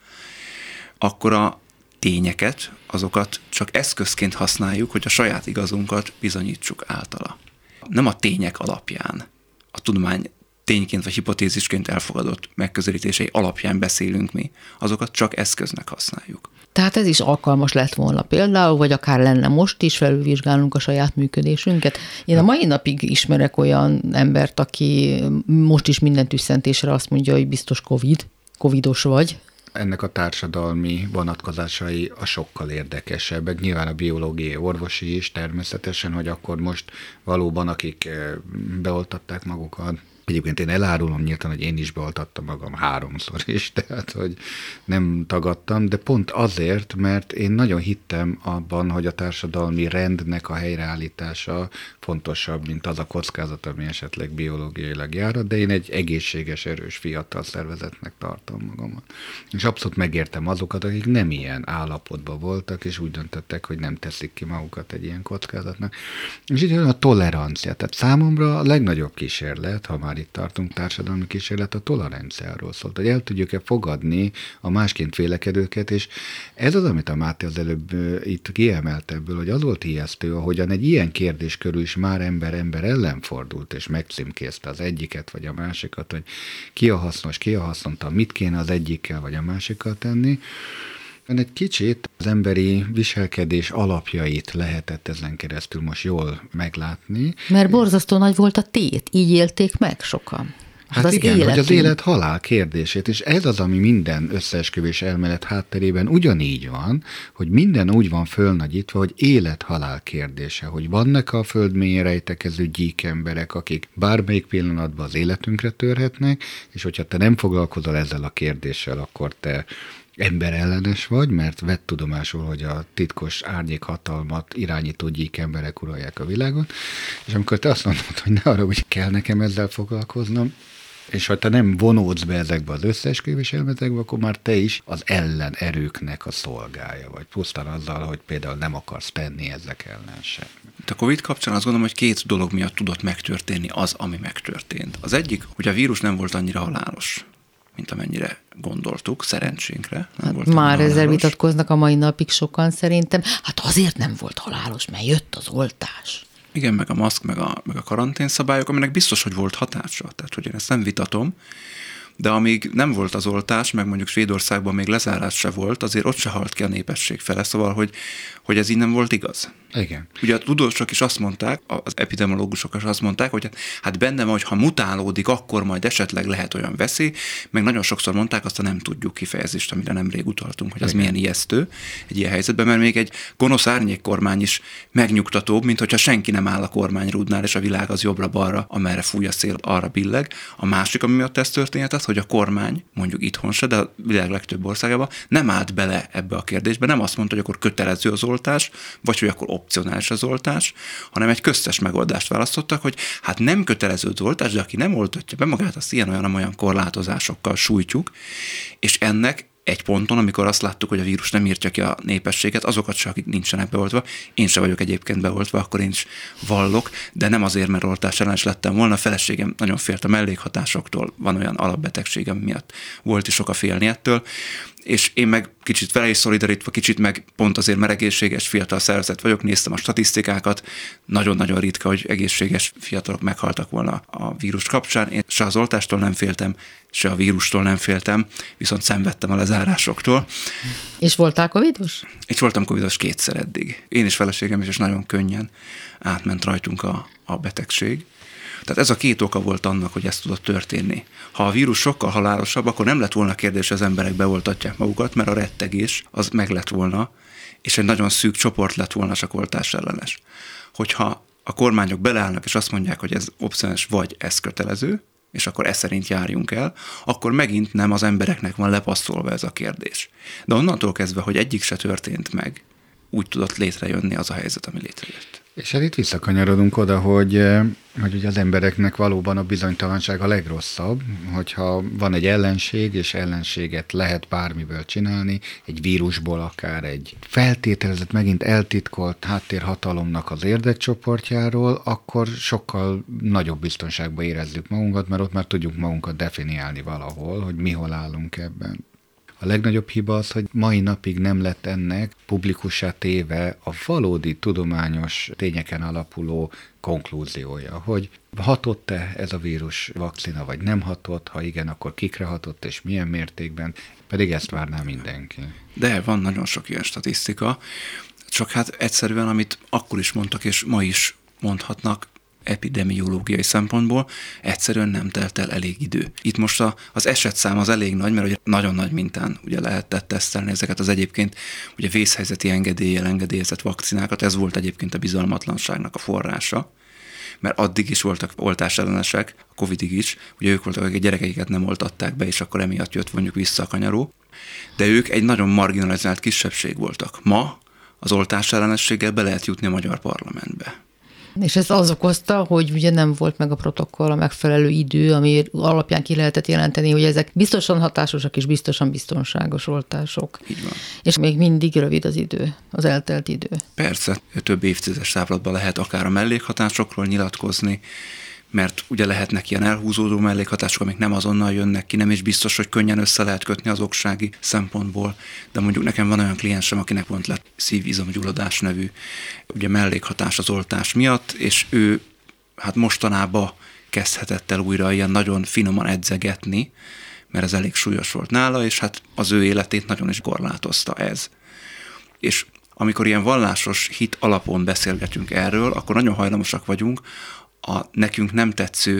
akkor a tényeket, azokat csak eszközként használjuk, hogy a saját igazunkat bizonyítsuk általa. Nem a tények alapján, a tudomány tényként vagy hipotézisként elfogadott megközelítései alapján beszélünk mi, azokat csak eszköznek használjuk. Tehát ez is alkalmas lett volna például, vagy akár lenne most is felülvizsgálnunk a saját működésünket. Én a mai napig ismerek olyan embert, aki most is minden tüsszentésre azt mondja, hogy biztos Covid, covidos vagy. Ennek a társadalmi vonatkozásai a sokkal érdekesebbek. Nyilván a biológiai, orvosi is természetesen, hogy akkor most valóban akik beoltatták magukat. Egyébként én elárulom nyíltan, hogy én is beoltattam magam háromszor is, tehát hogy nem tagadtam, de pont azért, mert én nagyon hittem abban, hogy a társadalmi rendnek a helyreállítása fontosabb, mint az a kockázat, ami esetleg biológiailag jár, de én egy egészséges, erős, fiatal szervezetnek tartom magamat. És abszolút megértem azokat, akik nem ilyen állapotban voltak, és úgy döntöttek, hogy nem teszik ki magukat egy ilyen kockázatnak. És így a tolerancia, tehát számomra a legnagyobb kísérlet, ha már itt tartunk, társadalmi kísérlet, a toleranciáról szólt, hogy el tudjuk-e fogadni a másként vélekedőket, és ez az, amit a Máté az előbb itt kiemelt ebből, hogy az volt ijesztő, ahogyan egy ilyen kérdés körül is már ember-ember ellen fordult, és megcímkézte az egyiket vagy a másikat, hogy ki a hasznos, ki a haszontalan, mit kéne az egyikkel vagy a másikkal tenni. Egy kicsit az emberi viselkedés alapjait lehetett ezen keresztül most jól meglátni. Mert borzasztó nagy volt a tét, így élték meg sokan. Hát az igen, életünk. hogy az élet-halál kérdését, és ez az, ami minden összeesküvés elmélet hátterében ugyanígy van, hogy minden úgy van fölnagyítva, hogy élet-halál kérdése, hogy vannak a föld mélyén rejtekező gyík emberek, akik bármelyik pillanatban az életünkre törhetnek, és hogyha te nem foglalkozol ezzel a kérdéssel, akkor te emberellenes vagy, mert vett tudomásul, hogy a titkos árnyékhatalmat irányító gyík emberek uralják a világot, és amikor te azt mondod, hogy ne arra, hogy kell nekem ezzel foglalkoznom, és ha te nem vonódsz be ezekbe az összeesküvés elméletekbe, akkor már te is az ellen erőknek a szolgája vagy, pusztán azzal, hogy például nem akarsz tenni ezek ellen sem. A Covid kapcsán azt gondolom, hogy két dolog miatt tudott megtörténni az, ami megtörtént. Az egyik, hogy a vírus nem volt annyira halálos, mint amennyire gondoltuk, szerencsénkre. Nem volt Már ezzel vitatkoznak a mai napig sokan szerintem. Hát azért nem volt halálos, mert jött az oltás. Igen, meg a maszk, meg a, meg a karanténszabályok, aminek biztos, hogy volt hatása. Tehát, hogy én ezt nem vitatom, de amíg nem volt az oltás, meg mondjuk Svédországban még lezárás se volt, azért ott se halt ki a népesség fele, szóval, hogy, hogy ez így nem volt igaz. Igen. Ugye a tudósok is azt mondták, az epidemiológusok is azt mondták, hogy hát benne van, hogy ha mutálódik, akkor majd esetleg lehet olyan veszély, meg nagyon sokszor mondták azt a nem tudjuk kifejezést, amire nemrég utaltunk, hogy az Igen. milyen ijesztő egy ilyen helyzetben, mert még egy gonosz árnyékkormány is megnyugtatóbb, mint hogyha senki nem áll a kormányrúdnál, és a világ az jobbra-balra, amerre fúj a szél, arra billeg. A másik, ami miatt ez történhet, az, hogy a kormány, mondjuk itthon se, de a világ legtöbb országában nem állt bele ebbe a kérdésbe, nem azt mondta, hogy akkor kötelező az oltás, vagy hogy akkor opcionális az oltás, hanem egy köztes megoldást választottak, hogy hát nem kötelező az oltás, de aki nem oltatja be magát, azt ilyen-olyan-olyan korlátozásokkal sújtjuk, és ennek egy ponton, amikor azt láttuk, hogy a vírus nem írtja ki a népességet, azokat se, akik nincsenek beoltva, én se vagyok egyébként beoltva, akkor én is vallok, de nem azért, mert oltás ellenes lettem volna, a feleségem nagyon félt a mellékhatásoktól, van olyan alapbetegségem miatt, volt is sok a félni ettől, és én meg kicsit vele is szolidarítva, kicsit meg pont azért, mert egészséges fiatal szervezet vagyok, néztem a statisztikákat, nagyon-nagyon ritka, hogy egészséges fiatalok meghaltak volna a vírus kapcsán. Én se az oltástól nem féltem, se a vírustól nem féltem, viszont szenvedtem a lezárásoktól. És voltál covidos? És voltam covidos kétszer eddig. Én is feleségem is, és nagyon könnyen átment rajtunk a, a betegség. Tehát ez a két oka volt annak, hogy ez tudott történni. Ha a vírus sokkal halálosabb, akkor nem lett volna kérdés, hogy az emberek beoltatják magukat, mert a rettegés az meg lett volna, és egy nagyon szűk csoport lett volna csak oltás ellenes. Hogyha a kormányok beleállnak, és azt mondják, hogy ez opcionális vagy ez kötelező, és akkor ez szerint járjunk el, akkor megint nem az embereknek van lepasztolva ez a kérdés. De onnantól kezdve, hogy egyik se történt meg, úgy tudott létrejönni az a helyzet, ami létrejött. És hát itt visszakanyarodunk oda, hogy, hogy ugye az embereknek valóban a bizonytalanság a legrosszabb, hogyha van egy ellenség, és ellenséget lehet bármiből csinálni, egy vírusból akár egy feltételezett, megint eltitkolt háttérhatalomnak az érdekcsoportjáról, akkor sokkal nagyobb biztonságban érezzük magunkat, mert ott már tudjuk magunkat definiálni valahol, hogy mi hol állunk ebben. A legnagyobb hiba az, hogy mai napig nem lett ennek publikussá téve a valódi tudományos tényeken alapuló konklúziója, hogy hatott-e ez a vírus vakcina, vagy nem hatott, ha igen, akkor kikre hatott, és milyen mértékben, pedig ezt várná mindenki. De van nagyon sok ilyen statisztika, csak hát egyszerűen, amit akkor is mondtak, és ma is mondhatnak, epidemiológiai szempontból egyszerűen nem telt el elég idő. Itt most a, az esetszám az elég nagy, mert ugye nagyon nagy mintán ugye lehetett tesztelni ezeket az egyébként ugye vészhelyzeti engedéllyel engedélyezett vakcinákat, ez volt egyébként a bizalmatlanságnak a forrása, mert addig is voltak oltásellenesek, a Covidig is, ugye ők voltak, akik a gyerekeiket nem oltatták be, és akkor emiatt jött mondjuk vissza a kanyaró, de ők egy nagyon marginalizált kisebbség voltak. Ma az oltásellenességgel be lehet jutni a magyar parlamentbe. És ez az okozta, hogy ugye nem volt meg a protokoll, a megfelelő idő, ami alapján ki lehetett jelenteni, hogy ezek biztosan hatásosak és biztosan biztonságos oltások. Így van. És még mindig rövid az idő, az eltelt idő. Persze, több évtizedes távlatban lehet akár a mellékhatásokról nyilatkozni, mert ugye lehetnek ilyen elhúzódó mellékhatások, amik nem azonnal jönnek ki, nem is biztos, hogy könnyen össze lehet kötni az oksági szempontból, de mondjuk nekem van olyan kliensem, akinek volt lett szívizomgyulladás nevű ugye mellékhatás az oltás miatt, és ő hát mostanában kezdhetett el újra ilyen nagyon finoman edzegetni, mert ez elég súlyos volt nála, és hát az ő életét nagyon is korlátozta ez. És amikor ilyen vallásos hit alapon beszélgetünk erről, akkor nagyon hajlamosak vagyunk a nekünk nem tetsző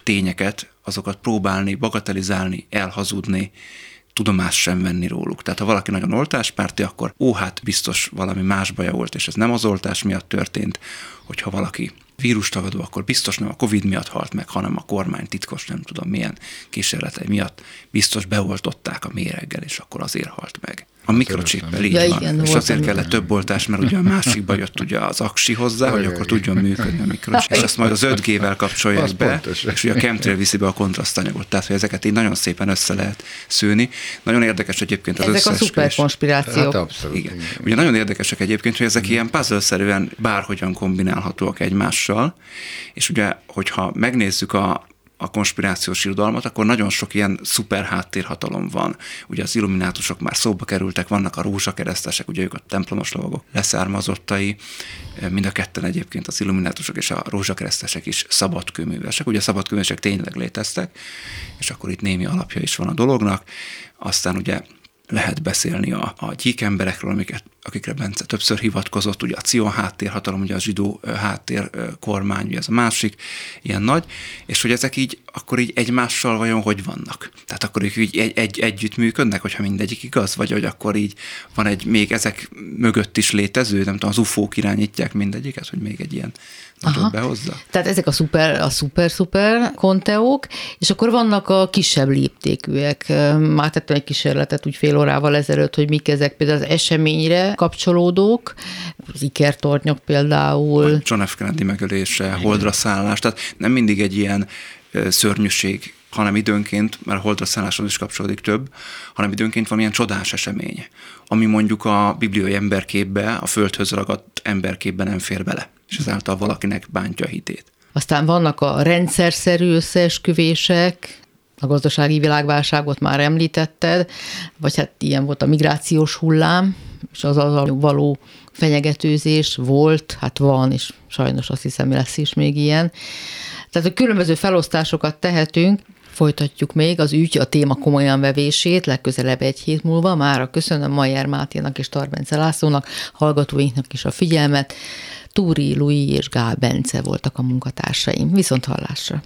tényeket, azokat próbálni, bagatelizálni, elhazudni, tudomást sem venni róluk. Tehát ha valaki nagyon oltáspárti, akkor ó, hát biztos valami más baja volt, és ez nem az oltás miatt történt. Hogyha valaki vírustagadó, akkor biztos nem a Covid miatt halt meg, hanem a kormány titkos, nem tudom milyen kísérletei miatt biztos beoltották a méreggel, és akkor azért halt meg. A mikrochippel így ja, van. igen, és azért kellett több oltás, mert ugye a másikba jött ugye az aksi hozzá, hogy akkor tudjon működni a mikrochip. És azt majd az öt G-vel kapcsolják az be, pontos. És ugye a chemtrail viszi be a kontrasztanyagot. Tehát, hogy ezeket így nagyon szépen össze lehet szőni. Nagyon érdekes egyébként az ezek összeesküvés. Ezek a szuperkonspirációk. Hát abszolút. Igen. Ugye nagyon érdekesek egyébként, hogy ezek mm. ilyen puzzle-szerűen bárhogyan kombinálhatóak egymással, és ugye, hogyha megnézzük a a konspirációs irodalmat, akkor nagyon sok ilyen szuper háttérhatalom van. Ugye az illuminátusok már szóba kerültek, vannak a rózsakeresztesek, ugye ők a templomos lovagok leszármazottai, mind a ketten egyébként az illuminátusok és a rózsakeresztesek is szabadkőművesek. Ugye a szabadkőművesek tényleg léteztek, és akkor itt némi alapja is van a dolognak. Aztán ugye lehet beszélni a, a gyík emberekről, amiket, akikre Bence többször hivatkozott, ugye a Cion háttérhatalom, ugye a zsidó háttérkormány, ugye ez a másik ilyen nagy, és hogy ezek így, akkor így egymással vajon hogy vannak? Tehát akkor ők így egy, egy, együtt működnek, hogyha mindegyik igaz, vagy hogy akkor így van egy még ezek mögött is létező, nem tudom, az ufók irányítják mindegyiket, hogy még egy ilyen nagyot behozza. Tehát ezek a szuper, a szuper-szuper konteók, és akkor vannak a kisebb léptékűek. Már tettem egy kísérletet úgy fél órával ezelőtt, hogy mik ezek például az eseményre kapcsolódók, az ikertornyok például. A John F. Kennedy megölése, holdra szállás, tehát nem mindig egy ilyen szörnyűség, hanem időnként, mert a holdra szálláshoz is kapcsolódik több, hanem időnként valamilyen csodás esemény, ami mondjuk a bibliai emberképbe, a földhöz ragadt emberképbe nem fér bele, és ezáltal valakinek bántja a hitét. Aztán vannak a rendszerszerű összeesküvések, a gazdasági világválságot már említetted, vagy hát ilyen volt a migrációs hullám, és az az a való fenyegetőzés volt, hát van, és sajnos azt hiszem, lesz is még ilyen. Tehát a különböző felosztásokat tehetünk, folytatjuk még az ügy, a téma komolyan vevését, legközelebb egy hét múlva. Mára köszönöm Mayer Máténak és Tarbence Lászlónak, hallgatóinknak is a figyelmet. Túri Lui és Gál Bence voltak a munkatársaim. Viszont hallásra!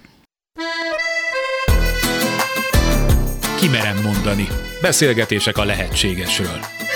Kimerem mondani. Beszélgetések a lehetségesről.